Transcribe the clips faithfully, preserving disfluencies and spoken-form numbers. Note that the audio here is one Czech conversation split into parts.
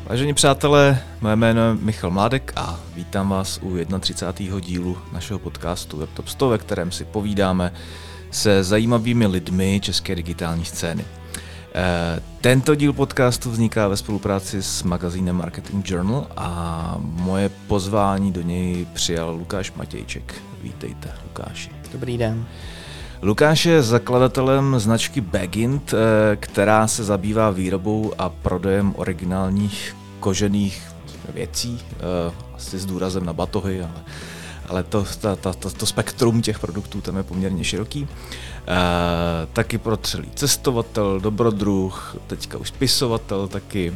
Vážení přátelé, moje jméno je Michal Mládek a vítám vás u třicátého prvního dílu našeho podcastu WebTop sto, ve kterém si povídáme se zajímavými lidmi české digitální scény. Tento díl podcastu vzniká ve spolupráci s magazínem Marketing Journal a moje pozvání do něj přijal Lukáš Matějček. Vítejte, Lukáši. Dobrý den. Lukáš je zakladatelem značky Bagint, která se zabývá výrobou a prodejem originálních kožených věcí, asi s důrazem na batohy, ale, ale to, ta, ta, to, to spektrum těch produktů tam je poměrně široký. Taky protřelý cestovatel, dobrodruh, teďka už spisovatel taky.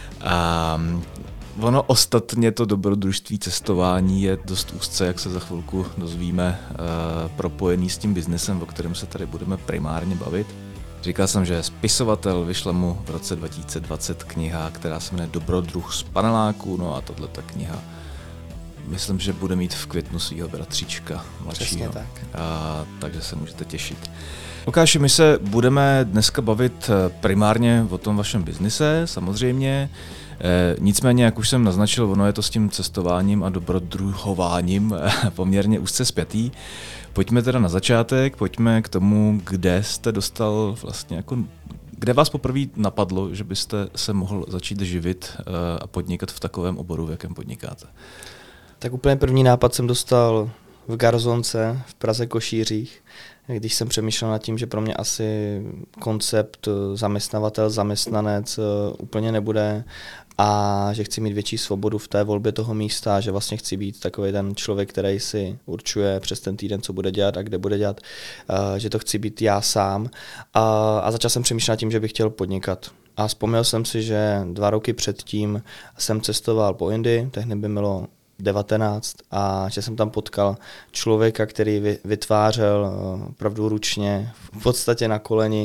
Ono ostatně to dobrodružství cestování je dost úzce, jak se za chvilku dozvíme, propojený s tím biznesem, o kterém se tady budeme primárně bavit. Říkal jsem, že je spisovatel, vyšla mu v roce dva tisíce dvacet kniha, která se jmenuje Dobrodruh z paneláku, no a tato kniha, myslím, že bude mít v květnu svýho bratříčka mladšího. Tak. A, takže se můžete těšit. Lukáši, my se budeme dneska bavit primárně o tom vašem biznise, samozřejmě. E, nicméně, jak už jsem naznačil, ono je to s tím cestováním a dobrodruhováním poměrně úzce spjatý. Pojďme teda na začátek, pojďme k tomu, kde jste dostal vlastně jako, kde vás poprvé napadlo, že byste se mohl začít živit a podnikat v takovém oboru, v jakém podnikáte. Tak úplně první nápad jsem dostal v Garzonce v Praze Košířích, když jsem přemýšlel nad tím, že pro mě asi koncept zaměstnavatel, zaměstnanec úplně nebude a že chci mít větší svobodu v té volbě toho místa, že vlastně chci být takový ten člověk, který si určuje přes ten týden, co bude dělat a kde bude dělat, že to chci být já sám a, a začal jsem přemýšlet nad tím, že bych chtěl podnikat. A vzpomněl jsem si, že dva roky předtím jsem cestoval po Indii, tehdy by bylo devatenáct a že jsem tam potkal člověka, který vytvářel opravdu ručně, v podstatě na koleni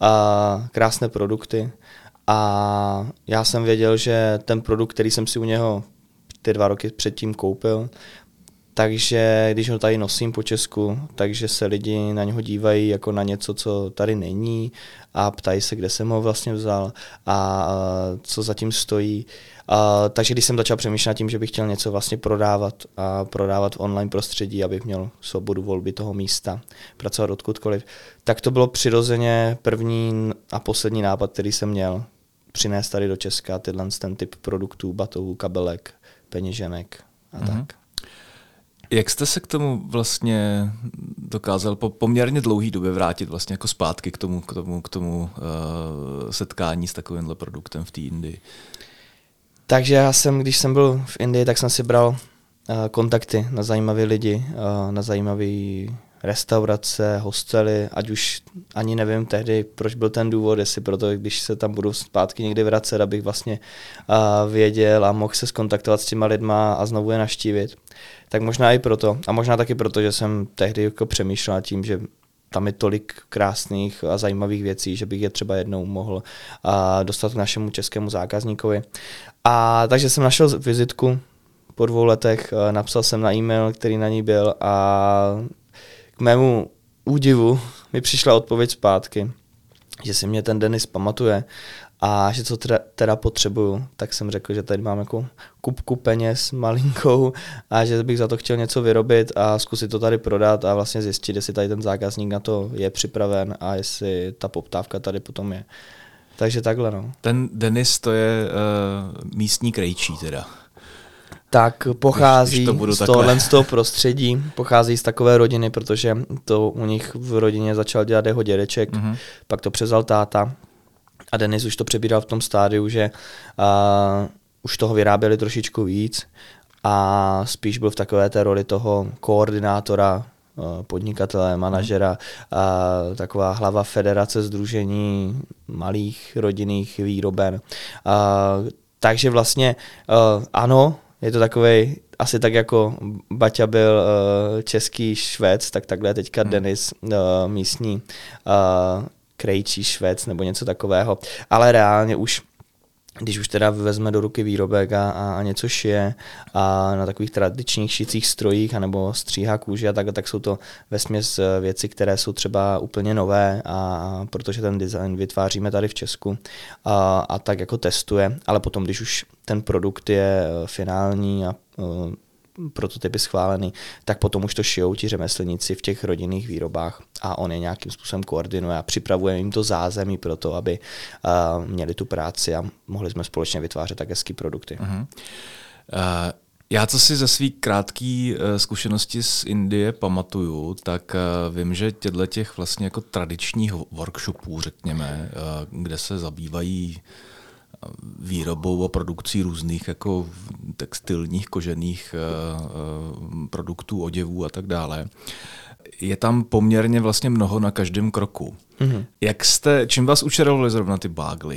a krásné produkty. A já jsem věděl, že ten produkt, který jsem si u něho ty dva roky předtím koupil, takže když ho tady nosím po Česku, takže se lidi na něho dívají jako na něco, co tady není a ptají se, kde jsem ho vlastně vzal a co zatím stojí. A, takže když jsem začal přemýšlet tím, že bych chtěl něco vlastně prodávat a prodávat v online prostředí, abych měl svobodu volby toho místa, pracovat odkudkoliv, tak to bylo přirozeně první a poslední nápad, který jsem měl. Přinést tady do Česka tyhle ten typ produktů, batohů, kabelek, peněženek a mm-hmm. tak. Jak jste se k tomu vlastně dokázal po poměrně dlouhé době vrátit vlastně jako zpátky k tomu, k tomu, k tomu uh, setkání s takovýmhle produktem v té Indii? Takže já jsem, když jsem byl v Indii, tak jsem si bral uh, kontakty na zajímavé lidi, uh, na zajímavé restaurace, hostely, ať už ani nevím tehdy, proč byl ten důvod, jestli proto, když se tam budu zpátky někdy vracet, abych vlastně uh, věděl a mohl se skontaktovat s těma lidma a znovu je navštívit. Tak možná i proto. A možná taky proto, že jsem tehdy jako přemýšlel nad tím, že tam je tolik krásných a zajímavých věcí, že bych je třeba jednou mohl uh, dostat k našemu českému zákazníkovi. A takže jsem našel vizitku po dvou letech, uh, napsal jsem na e-mail, který na ní byl a k mému údivu mi přišla odpověď zpátky, že si mě ten Denis pamatuje a že co teda, teda potřebuju, tak jsem řekl, že tady mám jako kupku peněz malinkou a že bych za to chtěl něco vyrobit a zkusit to tady prodat a vlastně zjistit, jestli tady ten zákazník na to je připraven a jestli ta poptávka tady potom je. Takže takhle no. Ten Denis to je uh, místní krejčí teda. Tak pochází když, když z tohohle z toho prostředí, pochází z takové rodiny, protože to u nich v rodině začal dělat jeho dědeček, mm-hmm. pak to převzal táta a Denis už to přebíral v tom stádiu, že uh, už toho vyráběli trošičku víc a spíš byl v takové té roli toho koordinátora, uh, podnikatele, manažera, uh, taková hlava federace sdružení malých rodinných výroben. Uh, takže vlastně uh, ano, je to takovej, asi tak jako Baťa byl uh, český Švéd, tak takhle je teďka hmm. Denis uh, místní uh, krejčí Švéd nebo něco takového. Ale reálně už když už teda vezme do ruky výrobek a, a, a něco šije a na takových tradičních šicích strojích anebo stříhá kůži a tak, tak jsou to vesměs věci, které jsou třeba úplně nové, a protože ten design vytváříme tady v Česku a, a tak jako testuje, ale potom, když už ten produkt je finální a prototypy schválený, tak potom už to šijou ti řemeslníci v těch rodinných výrobách a on je nějakým způsobem koordinuje a připravuje jim to zázemí pro to, aby uh, měli tu práci a mohli jsme společně vytvářet tak hezký produkty. Uh-huh. Uh, já, co si ze svý krátký uh, zkušenosti z Indie pamatuju, tak uh, vím, že těchto těch vlastně jako tradičních workshopů, řekněme, uh, kde se zabývají výrobou a produkcí různých jako textilních, kožených uh, produktů, oděvů a tak dále. Je tam poměrně vlastně mnoho na každém kroku. Mm-hmm. Jak jste, čím vás učarovali zrovna ty bágly?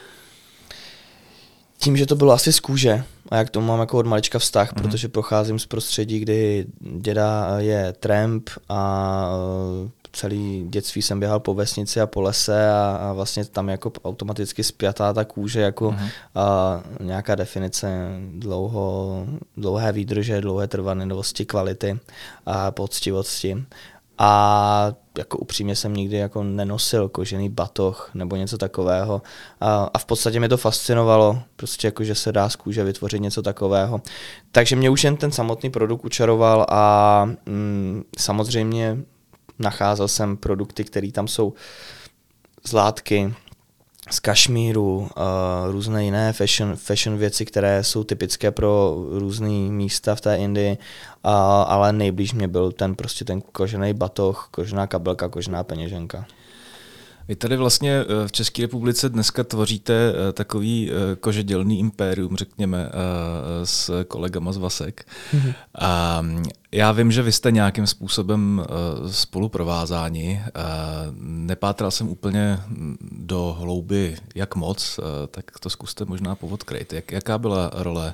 Tím, že to bylo asi z kůže a jak to mám jako od malička vztah, mm-hmm. protože pocházím z prostředí, kdy děda je tramp a celý dětství jsem běhal po vesnici a po lese a, a vlastně tam jako automaticky spjatá ta kůže jako uh-huh. a nějaká definice dlouho, dlouhé výdrže, dlouhé trvanlivosti, kvality a poctivosti. A jako upřímně jsem nikdy jako nenosil kožený batoh nebo něco takového. A, a v podstatě mě to fascinovalo, prostě jako, že se dá z kůže vytvořit něco takového. Takže mě už jen ten samotný produkt učaroval a mm, samozřejmě nacházel jsem produkty, které tam jsou z látky, z kašmíru, uh, různé jiné fashion, fashion věci, které jsou typické pro různé místa v té Indii, uh, ale nejblíž mě byl ten prostě ten kožený batoh, kožená kabelka, kožená peněženka. Vy tady vlastně v České republice dneska tvoříte takový kožedělný impérium, řekněme, s kolegama z Vasek. Mm-hmm. A já vím, že vy jste nějakým způsobem spolu provázáni. Nepátral jsem úplně do hlouby, jak moc, tak to zkuste možná poodkryt. Jak, jaká byla role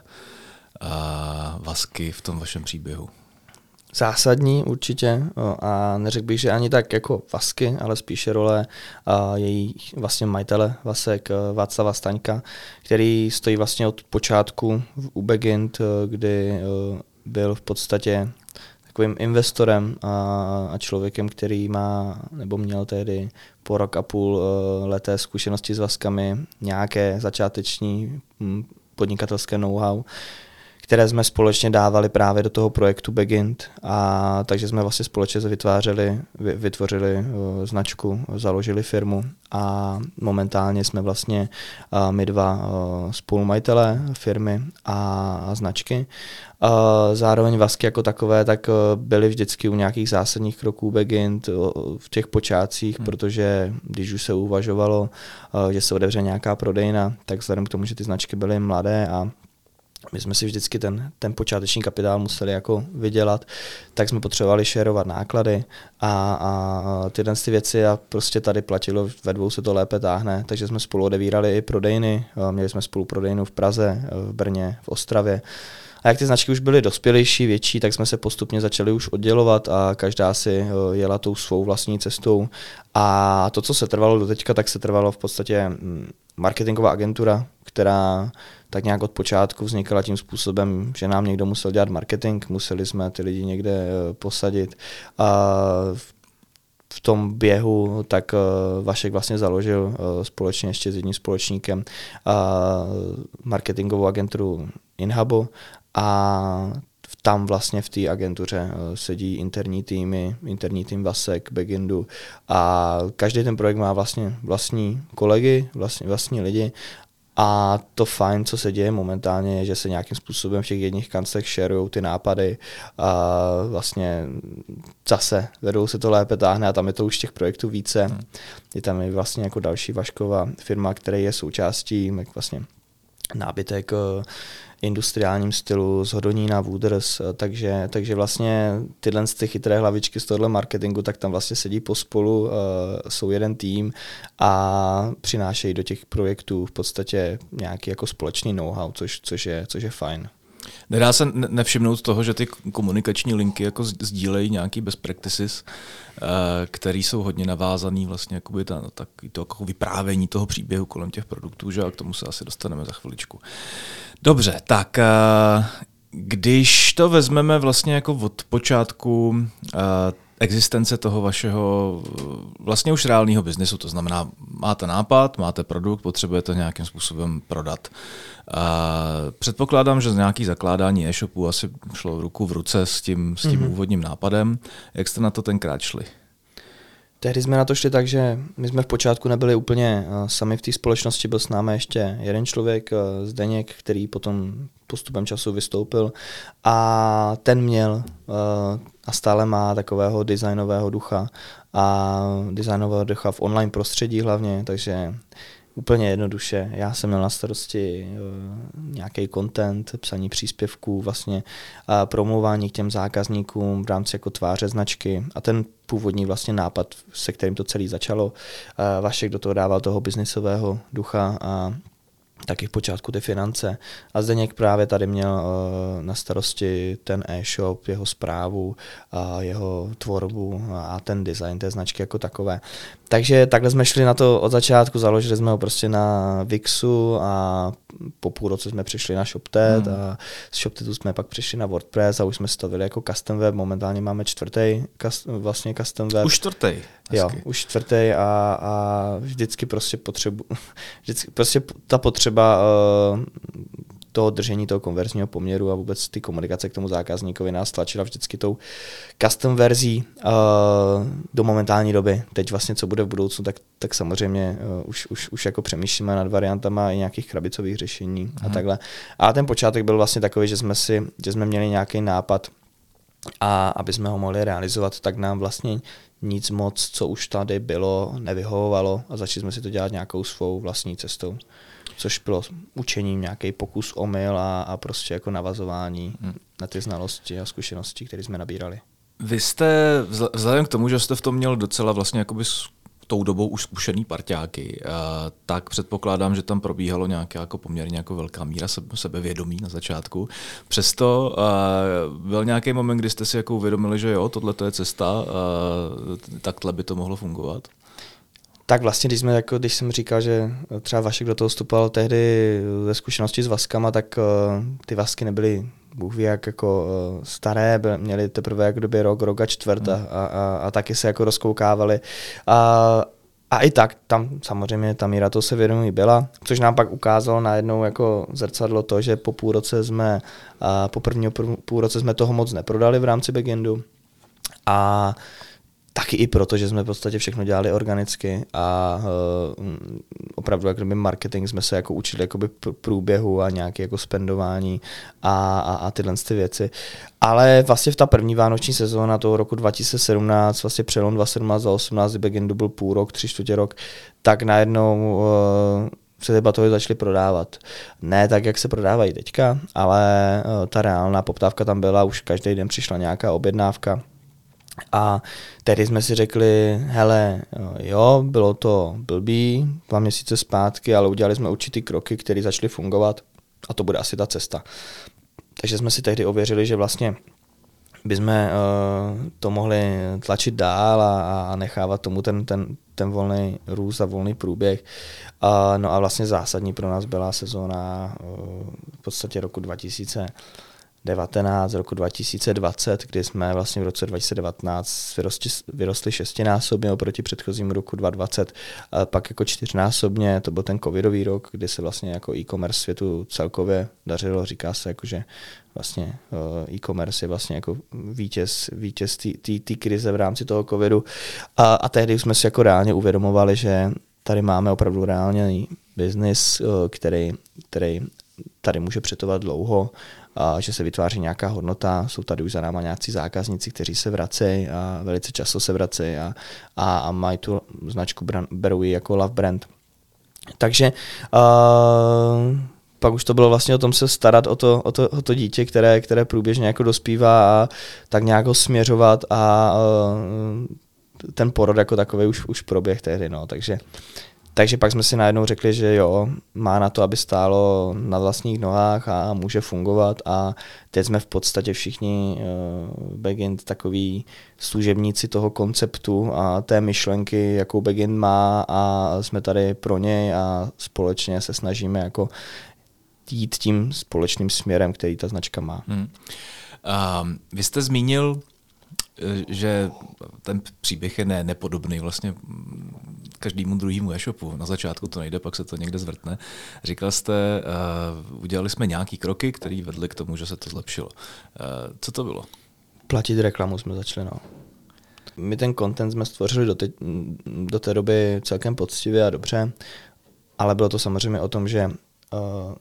Vasky v tom vašem příběhu? Zásadní určitě a neřekl bych, že ani tak jako Vasky, ale spíše role její vlastně majitele Vasek Václava Staňka, který stojí vlastně od počátku u Begint, kdy byl v podstatě takovým investorem a, a člověkem, který má nebo měl tehdy po rok a půl leté zkušenosti s Vaskami, nějaké začáteční podnikatelské know-how, které jsme společně dávali právě do toho projektu Begint, a takže jsme vlastně společně vytvářeli, vytvořili uh, značku, založili firmu a momentálně jsme vlastně uh, my dva uh, spolumajitelé firmy a, a značky. Uh, zároveň Vasky jako takové tak uh, byly vždycky u nějakých zásadních kroků Begint uh, v těch počátcích, hmm. protože když už se uvažovalo, uh, že se otevře nějaká prodejna, tak vzhledem k tomu, že ty značky byly mladé a my jsme si vždycky ten, ten počáteční kapitál museli jako vydělat, tak jsme potřebovali šerovat náklady a, a tyhle ty věci a prostě tady platilo, ve dvou se to lépe táhne, takže jsme spolu odevírali i prodejny, měli jsme spolu prodejnu v Praze, v Brně, v Ostravě. A jak ty značky už byly dospělejší, větší, tak jsme se postupně začali už oddělovat a každá si jela tou svou vlastní cestou. A to, co se trvalo do teďka, tak se trvalo v podstatě marketingová agentura, která tak nějak od počátku vznikala tím způsobem, že nám někdo musel dělat marketing, museli jsme ty lidi někde posadit. A v tom běhu tak Vašek vlastně založil společně ještě s jedním společníkem marketingovou agenturu Inhabo a tam vlastně v té agentuře sedí interní týmy, interní tým Vasek, Begindu a každý ten projekt má vlastně vlastní kolegy, vlastní, vlastní lidi. A to fajn, co se děje momentálně, je, že se nějakým způsobem v těch jedních kanclech sharujou ty nápady a vlastně zase vedou se to lépe táhne a tam je to už těch projektů více. Hmm. Je tam i vlastně jako další Vašková firma, která je součástí vlastně nábytek industriálním stylu z Hodonína, Wooders, takže, takže vlastně tyhle ty chytré hlavičky z tohohle marketingu, tak tam vlastně sedí pospolu, uh, jsou jeden tým a přinášejí do těch projektů v podstatě nějaký jako společný know-how, což, což, je, což je fajn. Nedá se nevšimnout toho, že ty komunikační linky jako sdílejí nějaký best practices, který jsou hodně navázaný vlastně jakoby ta, tak, to jako vyprávění toho příběhu kolem těch produktů, že a k tomu se asi dostaneme za chviličku. Dobře, tak když to vezmeme vlastně jako od počátku existence toho vašeho vlastně už reálného biznesu, to znamená, máte nápad, máte produkt, potřebujete nějakým způsobem prodat. A předpokládám, že z nějaký zakládání e-shopu asi šlo ruku v ruce s tím, s tím mm-hmm. úvodním nápadem. Jak jste na to tenkrát šli? Tehdy jsme na to šli tak, že my jsme v počátku nebyli úplně uh, sami v té společnosti, byl s námi ještě jeden člověk, uh, Zdeněk, který potom postupem času vystoupil a ten měl uh, a stále má takového designového ducha a designového ducha v online prostředí hlavně, takže úplně jednoduše. Já jsem měl na starosti uh, nějaký content, psaní příspěvků, vlastně uh, promluvání k těm zákazníkům v rámci jako tváře značky a ten původní vlastně nápad, se kterým to celé začalo. Uh, Vašek do toho dával toho biznisového ducha a taky v počátku ty finance. A Zdeněk právě tady měl uh, na starosti ten e-shop, jeho správu, uh, jeho tvorbu a ten design té značky jako takové. Takže takhle jsme šli na to od začátku, založili jsme ho prostě na Wixu a po půl roce jsme přišli na ShopTet hmm. a z ShopTetu jsme pak přišli na WordPress a už jsme stavili jako custom web. Momentálně máme čtvrtý vlastně custom web. Už čtvrtý. Jo, už čtvrtý a, a vždycky prostě potřebu, vždycky prostě ta potřeba uh, toho držení toho konverzního poměru a vůbec ty komunikace k tomu zákazníkovi nás tlačila vždycky tou custom verzí uh, do momentální doby. Teď vlastně, co bude v budoucnu, tak, tak samozřejmě uh, už, už, už jako přemýšlíme nad variantama i nějakých krabicových řešení hmm. a takhle. A ten počátek byl vlastně takový, že jsme si, že jsme měli nějaký nápad a aby jsme ho mohli realizovat, tak nám vlastně nic moc, co už tady bylo, nevyhovovalo a začali jsme si to dělat nějakou svou vlastní cestou. Což bylo učením, nějaký pokus omyl a, a prostě jako navazování hmm. na ty znalosti a zkušenosti, které jsme nabírali. Vy jste, vzhledem k tomu, že jste v tom měl docela vlastně jakoby tou dobou už zkušený parťáky, tak předpokládám, že tam probíhalo nějaká jako poměrně jako velká míra sebevědomí na začátku. Přesto byl nějaký moment, kdy jste si jako uvědomili, že jo, tohle to je cesta, takhle by to mohlo fungovat? Tak vlastně, když, jsme, jako, když jsem říkal, že třeba Vašek do toho vstupoval tehdy ze zkušenosti s vaskama, tak uh, ty vasky nebyly Bůh ví jak jako uh, staré, byly, měly teprve jako době rok, rok a čtvrt a, a, a, a taky se jako rozkoukávali. A, a i tak tam samozřejmě ta míra toho se vědomí byla, což nám pak ukázalo najednou jako zrcadlo to, že po půl roce jsme, uh, po prvního půl roce jsme toho moc neprodali v rámci backendu. A taky i proto, že jsme v podstatě všechno dělali organicky a uh, opravdu jakoby marketing jsme se jako učili jakoby průběhu a nějaké jako spendování a, a, a tyhle ty věci. Ale vlastně v ta první vánoční sezóna toho roku dva tisíce sedmnáct, vlastně přelom dva tisíce sedmnáct a osmnáct, kdy backendu byl půl rok, tři čtvrtě rok, tak najednou uh, se ty batohy začaly prodávat. Ne tak, jak se prodávají teďka, ale uh, ta reálná poptávka tam byla, už každý den přišla nějaká objednávka. A tehdy jsme si řekli, hele, jo, bylo to blbý, dva měsíce zpátky, ale udělali jsme určitý kroky, které začaly fungovat a to bude asi ta cesta. Takže jsme si tehdy ověřili, že vlastně bychom uh, to mohli tlačit dál a, a nechávat tomu ten, ten, ten volný růst a volný průběh. Uh, no a vlastně zásadní pro nás byla sezóna uh, v podstatě roku dva tisíce devatenáct, roku dva tisíce dvacet, kdy jsme vlastně v roce dva tisíce devatenáct vyrostli, vyrostli šestinásobně oproti předchozímu roku dva tisíce dvacet, a pak jako čtyřnásobně, to byl ten covidový rok, kdy se vlastně jako e-commerce světu celkově dařilo, říká se jako, že vlastně e-commerce je vlastně jako vítěz, vítěz té krize v rámci toho covidu a, a tehdy jsme si jako reálně uvědomovali, že tady máme opravdu reálně biznis, který, který tady může přetovat dlouho, a že se vytváří nějaká hodnota, jsou tady už za náma nějací zákazníci, kteří se vracejí a velice často se vracejí a, a, a mají tu značku, brand, berou ji jako love brand. Takže uh, pak už to bylo vlastně o tom se starat o to, o to, o to dítě, které, které průběžně jako dospívá a tak nějak ho směřovat a uh, ten porod jako takový už, už proběh tehdy, no, takže Takže pak jsme si najednou řekli, že jo, má na to, aby stálo na vlastních nohách a může fungovat a teď jsme v podstatě všichni uh, Backend takový služebníci toho konceptu a té myšlenky, jakou Backend má a jsme tady pro něj a společně se snažíme jako jít tím společným směrem, který ta značka má. Hmm. Uh, vy jste zmínil, že ten příběh je ne, nepodobný vlastně každému druhému e-shopu. Na začátku to nejde, pak se to někde zvrtne. Říkal jste, uh, udělali jsme nějaký kroky, které vedly k tomu, že se to zlepšilo. Uh, co to bylo? Platit reklamu jsme začali, no. My ten content jsme stvořili do, te, do té doby celkem poctivě a dobře, ale bylo to samozřejmě o tom, že uh,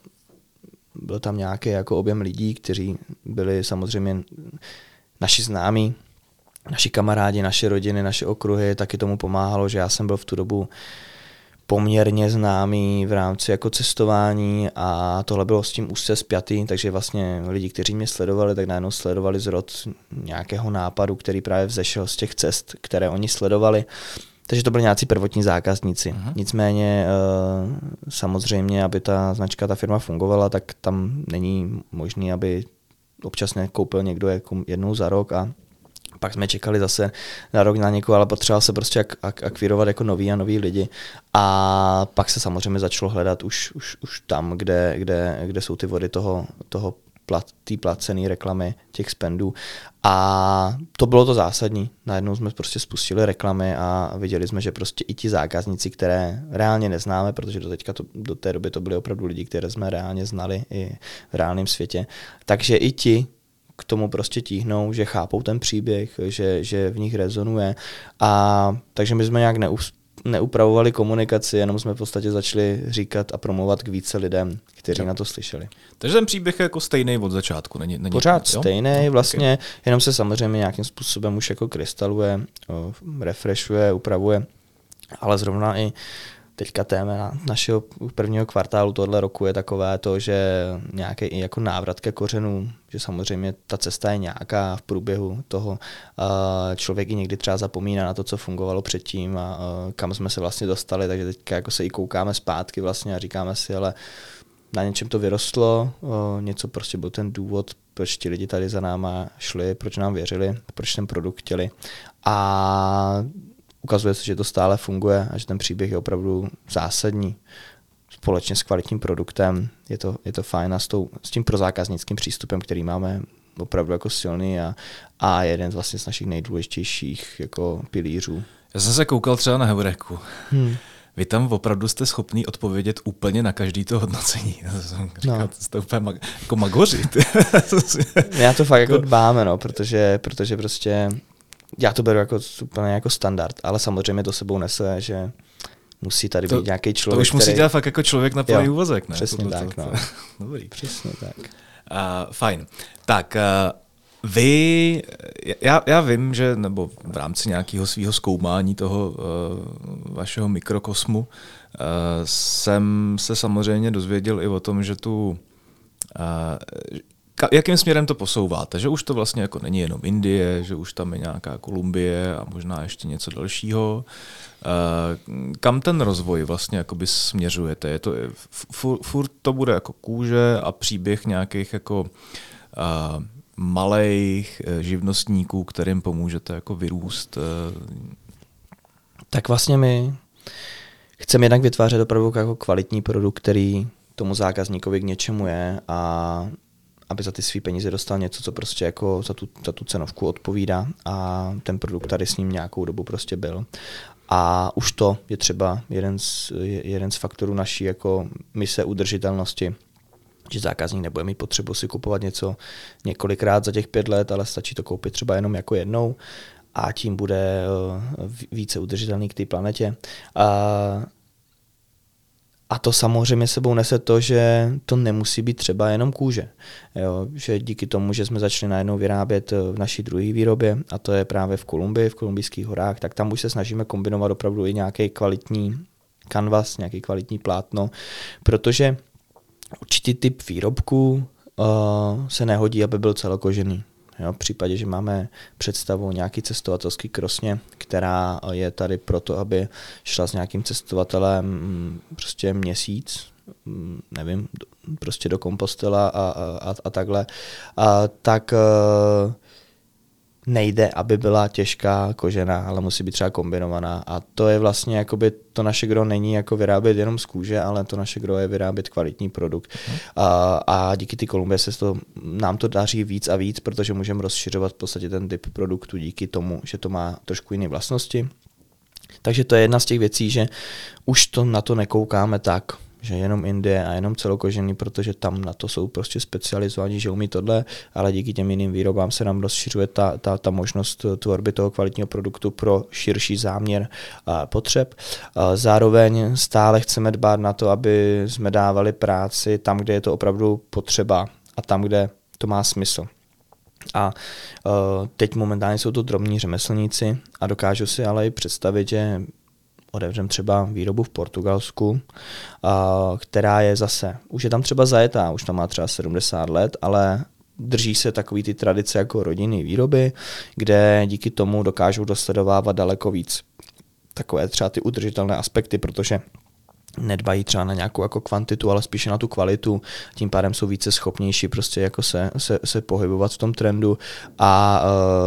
byl tam nějaký jako objem lidí, kteří byli samozřejmě naši známí, naši kamarádi, naše rodiny, naše okruhy, taky tomu pomáhalo, že já jsem byl v tu dobu poměrně známý v rámci jako cestování a tohle bylo s tím úzce spjatý, takže vlastně lidi, kteří mě sledovali, tak najednou sledovali zrod nějakého nápadu, který právě vzešel z těch cest, které oni sledovali. Takže to byli nějací prvotní zákazníci. Uh-huh. Nicméně samozřejmě, aby ta značka, ta firma fungovala, tak tam není možné, aby občas nekoupil někdo jako jednou za rok a pak jsme čekali zase na rok na někoho, ale potřeboval se prostě ak- ak- akvirovat jako noví a noví lidi. A pak se samozřejmě začalo hledat už, už, už tam, kde, kde, kde jsou ty vody toho, toho plat, tý placený reklamy, těch spendů. A to bylo to zásadní. Najednou jsme prostě spustili reklamy a viděli jsme, že prostě i ti zákazníci, které reálně neznáme, protože do, teďka to, do té doby to byli opravdu lidi, které jsme reálně znali i v reálném světě, takže i ti k tomu prostě tíhnou, že chápou ten příběh, že, že v nich rezonuje. A takže my jsme nějak neus, neupravovali komunikaci, jenom jsme v podstatě začali říkat a promovat k více lidem, kteří jo. na to slyšeli. Takže ten příběh je jako stejný od začátku. Není, není Pořád jo? stejný, no, vlastně, okay. Jenom se samozřejmě nějakým způsobem už jako krystaluje, refreshuje, upravuje, ale zrovna i teďka téma našeho prvního kvartálu tohle roku je takové to, že nějaký i jako návrat ke kořenům, že samozřejmě ta cesta je nějaká v průběhu toho. Člověk i někdy třeba zapomíná na to, co fungovalo předtím a kam jsme se vlastně dostali, takže teďka jako se i koukáme zpátky vlastně a říkáme si, ale na něčem to vyrostlo, něco prostě byl ten důvod, proč ti lidi tady za náma šli, proč nám věřili, proč ten produkt chtěli. A ukazuje se, že to stále funguje a že ten příběh je opravdu zásadní. Společně s kvalitním produktem je to, je to fajn a s, tou, s tím prozákaznickým přístupem, který máme opravdu jako silný a, a jeden z vlastně z našich nejdůležitějších jako pilířů. Já jsem se koukal třeba na Heureku. Hmm. Vy tam opravdu jste schopný odpovědět úplně na každý to hodnocení. Říkal, no. Jste úplně mag, jako magoři. Já to fakt jako dbáme, no, protože, protože prostě já to beru jako úplně jako standard, ale samozřejmě to sebou nese, že musí tady být to, nějaký člověk, to už musí který... dělat fakt jako člověk na plný úvazek, ne? Přesně Tohle, tak, to, no. Dobrý. Přesně tak. Uh, fajn. Tak, uh, vy, já, já vím, že nebo v rámci nějakého svého zkoumání toho uh, vašeho mikrokosmu uh, jsem se samozřejmě dozvěděl i o tom, že tu uh, Ka- jakým směrem to posouváte? Že už to vlastně jako není jenom Indie, že už tam je nějaká Kolumbie a možná ještě něco dalšího. Uh, kam ten rozvoj vlastně jakoby směřujete? Je to, furt, furt to bude jako kůže a příběh nějakých jako uh, malých živnostníků, kterým pomůžete jako vyrůst? Uh. Tak vlastně my chceme jednak vytvářet opravdu jako kvalitní produkt, který tomu zákazníkovi k něčemu je a aby za ty svý peníze dostal něco, co prostě jako za tu, za tu cenovku odpovídá a ten produkt tady s ním nějakou dobu prostě byl. A už to je třeba jeden z, jeden z faktorů naší jako mise udržitelnosti, že zákazník nebude mít potřebu si kupovat něco několikrát za těch pět let, ale stačí to koupit třeba jenom jako jednou a tím bude více udržitelný k té planetě. A A to samozřejmě sebou nese to, že to nemusí být třeba jenom kůže. Jo, že díky tomu, že jsme začali najednou vyrábět v naší druhé výrobě, a to je právě v Kolumbii, v kolumbijských horách, tak tam už se snažíme kombinovat opravdu i nějaký kvalitní kanvas, nějaký kvalitní plátno, protože určitý typ výrobků uh, se nehodí, aby byl celokožený. Jo, v případě, že máme představu nějaký cestovatelský krosně, která je tady proto, aby šla s nějakým cestovatelem prostě měsíc, nevím, prostě do Kompostela a, a, a takhle, a, tak nejde, aby byla těžká kožená, ale musí být třeba kombinovaná. A to je vlastně, jakoby to naše gro není jako vyrábět jenom z kůže, ale to naše gro je vyrábět kvalitní produkt. Hmm. A, a díky ty Kolumbie se to, nám to daří víc a víc, protože můžeme rozšiřovat v podstatě ten typ produktu díky tomu, že to má trošku jiné vlastnosti. Takže to je jedna z těch věcí, že už to na to nekoukáme tak, že jenom Indie a jenom celokožený, protože tam na to jsou prostě specializovaní, že umí tohle, ale díky těm jiným výrobám se nám rozšiřuje ta, ta, ta možnost tvorby toho kvalitního produktu pro širší záměr a potřeb. A zároveň stále chceme dbát na to, aby jsme dávali práci tam, kde je to opravdu potřeba a tam, kde to má smysl. A uh, teď momentálně jsou to drobní řemeslníci a dokážu si ale i představit, že otevřem třeba výrobu v Portugalsku, a, která je zase, už je tam třeba zajetá, už tam má třeba sedmdesát let, ale drží se takový ty tradice jako rodinné výroby, kde díky tomu dokážou dosledovávat daleko víc takové třeba ty udržitelné aspekty, protože nedbají třeba na nějakou jako kvantitu, ale spíše na tu kvalitu, tím pádem jsou více schopnější prostě jako se, se, se pohybovat v tom trendu a,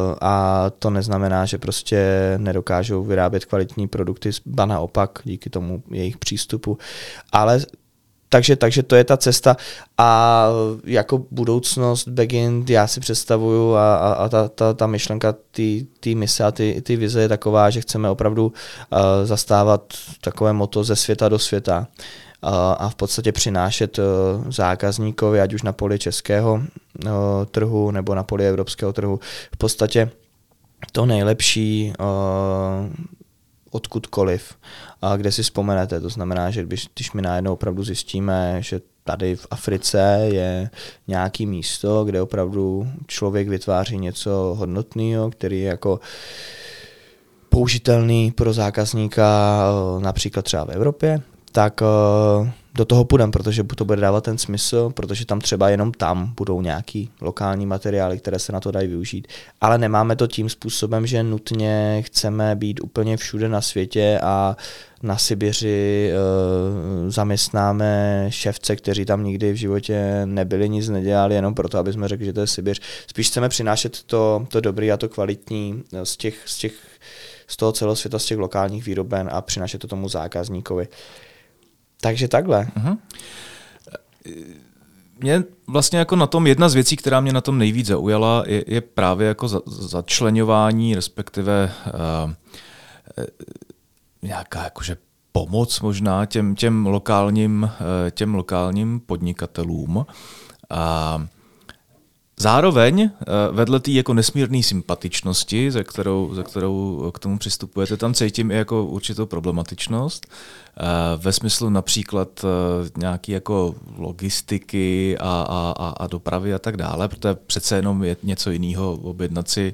a to neznamená, že prostě nedokážou vyrábět kvalitní produkty, ba naopak díky tomu jejich přístupu, ale Takže, takže to je ta cesta a jako budoucnost Bagind já si představuju a, a, a ta, ta, ta myšlenka té mise a ty vize je taková, že chceme opravdu uh, zastávat takové moto ze světa do světa uh, a v podstatě přinášet uh, zákazníkovi, ať už na poli českého uh, trhu nebo na poli evropského trhu, v podstatě to nejlepší uh, odkudkoliv, a kde si vzpomenete. To znamená, že když, když my najednou opravdu zjistíme, že tady v Africe je nějaké místo, kde opravdu člověk vytváří něco hodnotného, který je jako použitelný pro zákazníka například třeba v Evropě, tak do toho půjdeme, protože to bude dávat ten smysl, protože tam třeba jenom tam budou nějaký lokální materiály, které se na to dají využít. Ale nemáme to tím způsobem, že nutně chceme být úplně všude na světě a na Sibiři e, zaměstnáme ševce, kteří tam nikdy v životě nebyli, nic nedělali, jenom proto, aby jsme řekli, že to je Sibiř. Spíš chceme přinášet to, to dobré a to kvalitní z těch, z těch z toho celosvěta, z těch lokálních výroben a přinášet to tomu zákazníkovi. Takže takhle. Uh-huh. Mě vlastně jako na tom jedna z věcí, která mě na tom nejvíc zaujala, je, je právě jako za, začleňování, respektive uh, nějaká jakože pomoc možná těm, těm, lokálním, uh, těm lokálním podnikatelům. A zároveň vedle té jako nesmírné sympatičnosti, ze kterou, ze kterou k tomu přistupujete, tam cítím i jako určitou problematičnost. Ve smyslu například nějaký jako logistiky a, a, a dopravy a tak dále, protože přece jenom je něco jiného objednat si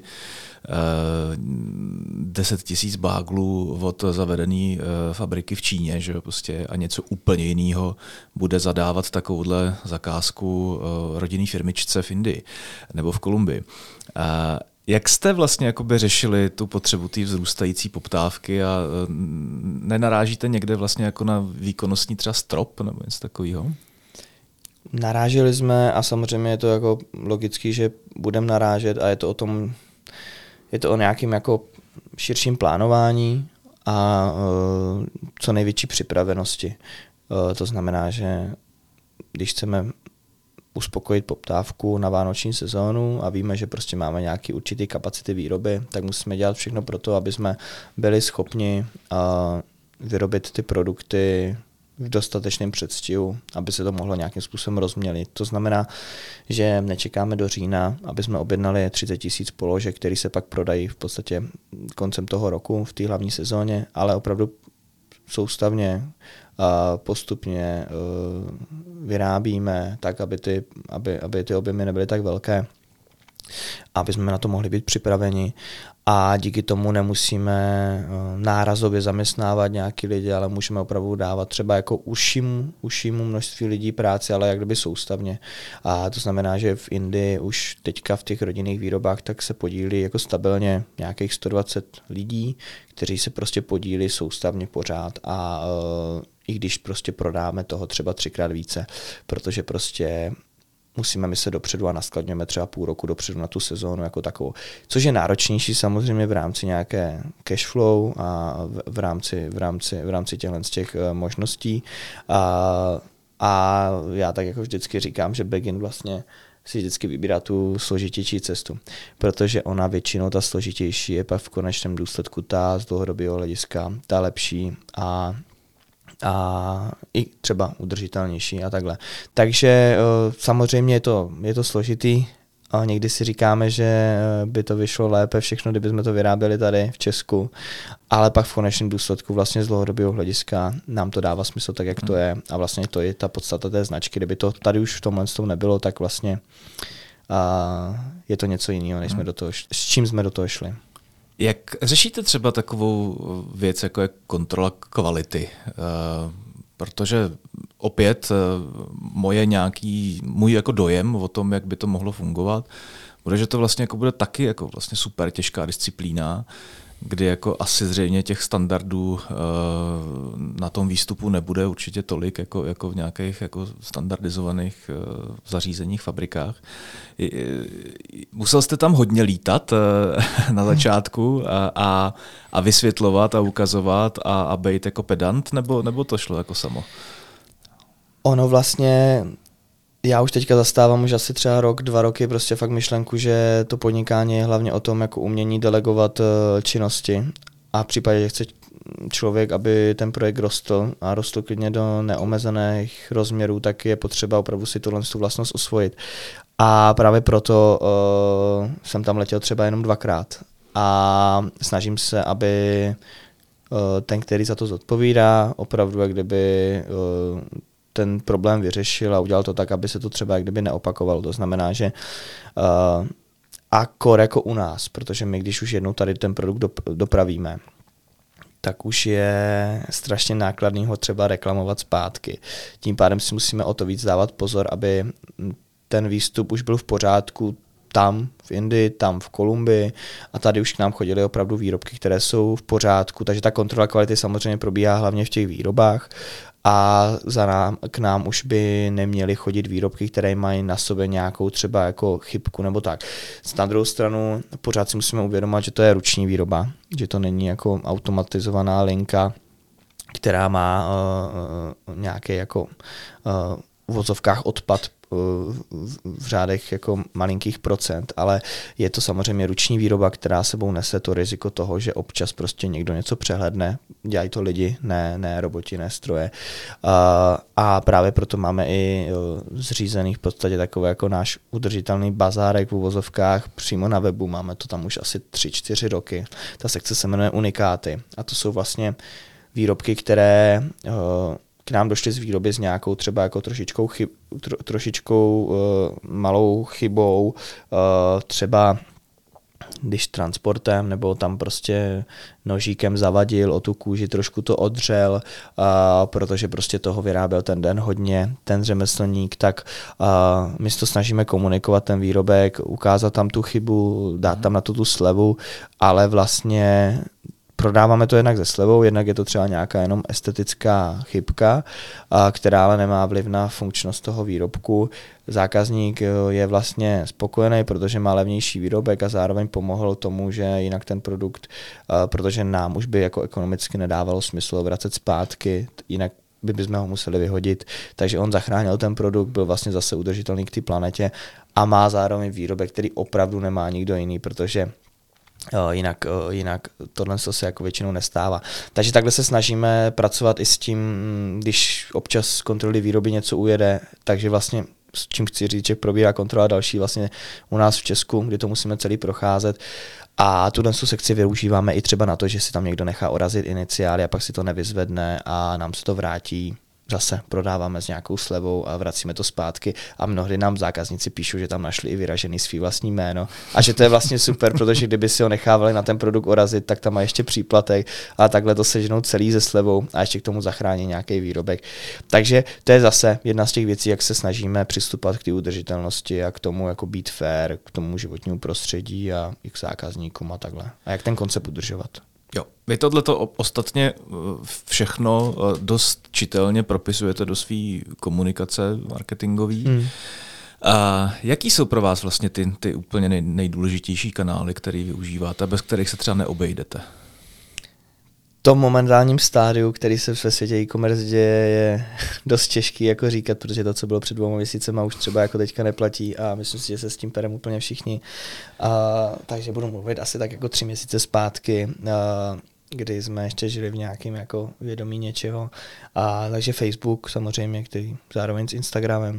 deset tisíc báglů od zavedené fabriky v Číně, že jo, prostě a něco úplně jiného bude zadávat takovouhle zakázku rodinné firmičce v Indii nebo v Kolumbii. Jak jste vlastně jakoby řešili tu potřebu té vzrůstající poptávky a nenarážíte někde vlastně jako na výkonnostní třeba strop nebo něco takového? Naráželi jsme a samozřejmě je to jako logický, že budeme narážet a je to o tom, je to o nějakým jako širším plánování a uh, co největší připravenosti. Uh, to znamená, že když chceme uspokojit poptávku na vánoční sezónu a víme, že prostě máme nějaký určitý kapacity výroby, tak musíme dělat všechno pro to, aby jsme byli schopni uh, vyrobit ty produkty v dostatečném předstihu, aby se to mohlo nějakým způsobem rozmělit. To znamená, že nečekáme do října, aby jsme objednali třicet tisíc položek, které se pak prodají v podstatě koncem toho roku v té hlavní sezóně, ale opravdu soustavně a postupně uh, vyrábíme tak, aby ty, aby, aby ty objemy nebyly tak velké, aby jsme na to mohli být připraveni a díky tomu nemusíme nárazově zaměstnávat nějaký lidi, ale můžeme opravdu dávat třeba jako užšímu, užšímu množství lidí práci, ale jak kdyby soustavně. A to znamená, že v Indii už teďka v těch rodinných výrobách tak se podílí jako stabilně nějakých sto dvacet lidí, kteří se prostě podílí soustavně pořád a uh, i když prostě prodáme toho třeba třikrát více, protože prostě musíme myslet dopředu a naskladňujeme třeba půl roku dopředu na tu sezónu jako takovou. Což je náročnější samozřejmě v rámci nějaké cash flow a v, v rámci, v rámci, v rámci těchto z těch uh, možností. A, a já tak jako vždycky říkám, že Begin vlastně si vždycky vybírá tu složitější cestu, protože ona většinou ta složitější je pak v konečném důsledku ta z dlouhodobého hlediska, ta lepší a a i třeba udržitelnější a takhle. Takže samozřejmě je to, je to složitý a někdy si říkáme, že by to vyšlo lépe všechno, kdybychom to vyráběli tady v Česku, ale pak v konečném důsledku vlastně z dlouhodobého hlediska nám to dává smysl tak, jak to je a vlastně to je ta podstata té značky. Kdyby to tady už v tomhle tom nebylo, tak vlastně a je to něco jiného, než jsme do toho, s čím jsme do toho šli. Jak řešíte třeba takovou věc, jako je kontrola kvality? Protože opět moje nějaký, můj jako dojem o tom, jak by to mohlo fungovat, bude, že to vlastně jako bude taky jako vlastně super těžká disciplína, kdy jako asi zřejmě těch standardů na tom výstupu nebude určitě tolik jako, jako v nějakých jako standardizovaných zařízeních, fabrikách. Musel jste tam hodně lítat na začátku a, a, a vysvětlovat a ukazovat a, a být jako pedant, nebo, nebo to šlo jako samo? Ono vlastně, já už teďka zastávám už asi třeba rok, dva roky prostě fakt myšlenku, že to podnikání je hlavně o tom, jako umění delegovat činnosti a v případě, že chce člověk, aby ten projekt rostl a rostl klidně do neomezených rozměrů, tak je potřeba opravdu si tuhle tu vlastnost osvojit. A právě proto uh, jsem tam letěl třeba jenom dvakrát a snažím se, aby uh, ten, který za to zodpovídá, opravdu jak kdyby uh, ten problém vyřešil a udělal to tak, aby se to třeba jak kdyby neopakovalo. To znamená, že uh, a kor jako u nás, protože my, když už jednou tady ten produkt dop- dopravíme, tak už je strašně nákladný ho třeba reklamovat zpátky. Tím pádem si musíme o to víc dávat pozor, aby ten výstup už byl v pořádku tam v Indii, tam v Kolumbii a tady už k nám chodily opravdu výrobky, které jsou v pořádku, takže ta kontrola kvality samozřejmě probíhá hlavně v těch výrobách a za nám, k nám už by neměly chodit výrobky, které mají na sobě nějakou třeba jako chybku nebo tak. Na druhou stranu pořád si musíme uvědomit, že to je ruční výroba, že to není jako automatizovaná linka, která má uh, uh, nějaký jako uh, v vozovkách odpad v řádech jako malinkých procent, ale je to samozřejmě ruční výroba, která sebou nese to riziko toho, že občas prostě někdo něco přehledne, dělají to lidi, ne, ne roboti, ne stroje. A, a právě proto máme i zřízený v podstatě takový jako náš udržitelný bazárek v uvozovkách přímo na webu, máme to tam už asi tři, čtyři roky. Ta sekce se jmenuje Unikáty a to jsou vlastně výrobky, které k nám došly z výroby s nějakou třeba jako trošičkou, chyb, tro, trošičkou uh, malou chybou, uh, třeba když transportem nebo tam prostě nožíkem zavadil o tu kůži, trošku to odřel, uh, protože prostě toho vyráběl ten den hodně, ten řemeslník, tak uh, my se to snažíme komunikovat ten výrobek, ukázat tam tu chybu, dát tam na to tu slevu, ale vlastně prodáváme to jednak ze slevou, jednak je to třeba nějaká jenom estetická chybka, a která ale nemá vliv na funkčnost toho výrobku. Zákazník je vlastně spokojený, protože má levnější výrobek a zároveň pomohl tomu, že jinak ten produkt, protože nám už by jako ekonomicky nedávalo smysl vracet zpátky, jinak by bychom ho museli vyhodit, takže on zachránil ten produkt, byl vlastně zase udržitelný k té planetě a má zároveň výrobek, který opravdu nemá nikdo jiný, protože Jinak, jinak tohle se jako většinou nestává. Takže takhle se snažíme pracovat i s tím, když občas z kontroly výroby něco ujede, takže vlastně s čím chci říct, že probíhá kontrola další vlastně u nás v Česku, kdy to musíme celý procházet. A tuhle sekci využíváme i třeba na to, že si tam někdo nechá orazit iniciály a pak si to nevyzvedne a nám se to vrátí zase prodáváme s nějakou slevou a vracíme to zpátky a mnohdy nám zákazníci píšou, že tam našli i vyražený svý vlastní jméno a že to je vlastně super, protože kdyby si ho nechávali na ten produkt orazit, tak tam má ještě příplatek a takhle to seženou celý se slevou a ještě k tomu zachrání nějaký výrobek. Takže to je zase jedna z těch věcí, jak se snažíme přistupovat k té udržitelnosti a k tomu jako být fair, k tomu životnímu prostředí a i k zákazníkům a takhle. A jak ten koncept udržovat. Jo, vy tohleto ostatně všechno dost čitelně propisujete do své komunikace marketingový. Hmm. A jaký jsou pro vás vlastně ty, ty úplně nej, nejdůležitější kanály, které využíváte, bez kterých se třeba neobejdete? V tom momentálním stádiu, který se ve světě e-commerce děje, je dost těžký jako říkat, protože to, co bylo před dvěma měsícema, už třeba jako teďka neplatí a myslím si, že se s tím perem úplně všichni. A, takže budu mluvit asi tak jako tři měsíce zpátky, a, kdy jsme ještě žili v nějakém jako vědomí něčeho. A, takže Facebook samozřejmě, který zároveň s Instagramem.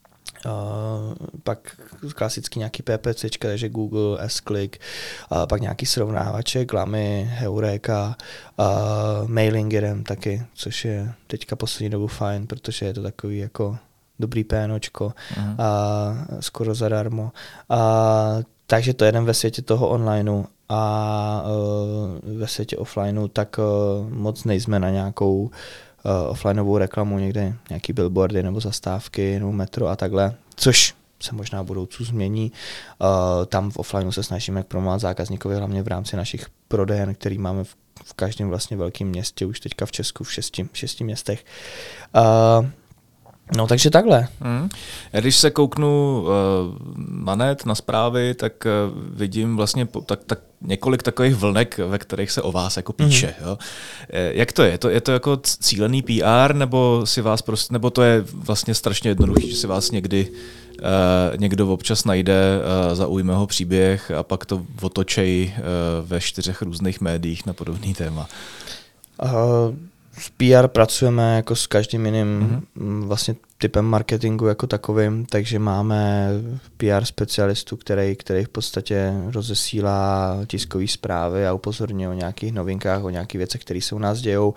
Uh, pak klasicky nějaký PPCčka, takže Google, S-Click, uh, pak nějaký srovnávače, Glamy, Heureka, uh, Mailingerem taky, což je teďka poslední dobu fajn, protože je to takový jako dobrý pénočko a uh, skoro zadarmo. Uh, takže to jeden ve světě toho onlineu a uh, ve světě offlineu tak uh, moc nejsme na nějakou Uh, offlineovou reklamu, někde nějaký billboardy nebo zastávky nebo metro a takhle, což se možná v budoucnu změní. Uh, tam v offlineu se snažíme promovat zákazníkovi hlavně v rámci našich prodejen, který máme v, v každém vlastně velkém městě, už teďka v Česku v šesti, v šesti městech. Uh, No takže takhle. Hmm. Když se kouknu uh, na net, na zprávy, tak uh, vidím vlastně po, tak, tak několik takových vlnek, ve kterých se o vás jako píše. Hmm. Jo. Jak to je? To, je to jako cílený P R, nebo si vás prostě, nebo to je vlastně strašně jednoduchý, že si vás někdy uh, někdo občas najde, uh, zaujme ho příběh a pak to otočej uh, ve čtyřech různých médiích na podobný téma? Uh, S P R pracujeme jako s každým jiným mm-hmm. vlastně typem marketingu jako takovým, takže máme P R specialistu, který, který v podstatě rozesílá tiskové zprávy a upozorňuje o nějakých novinkách, o nějakých věcech, které se u nás dějou.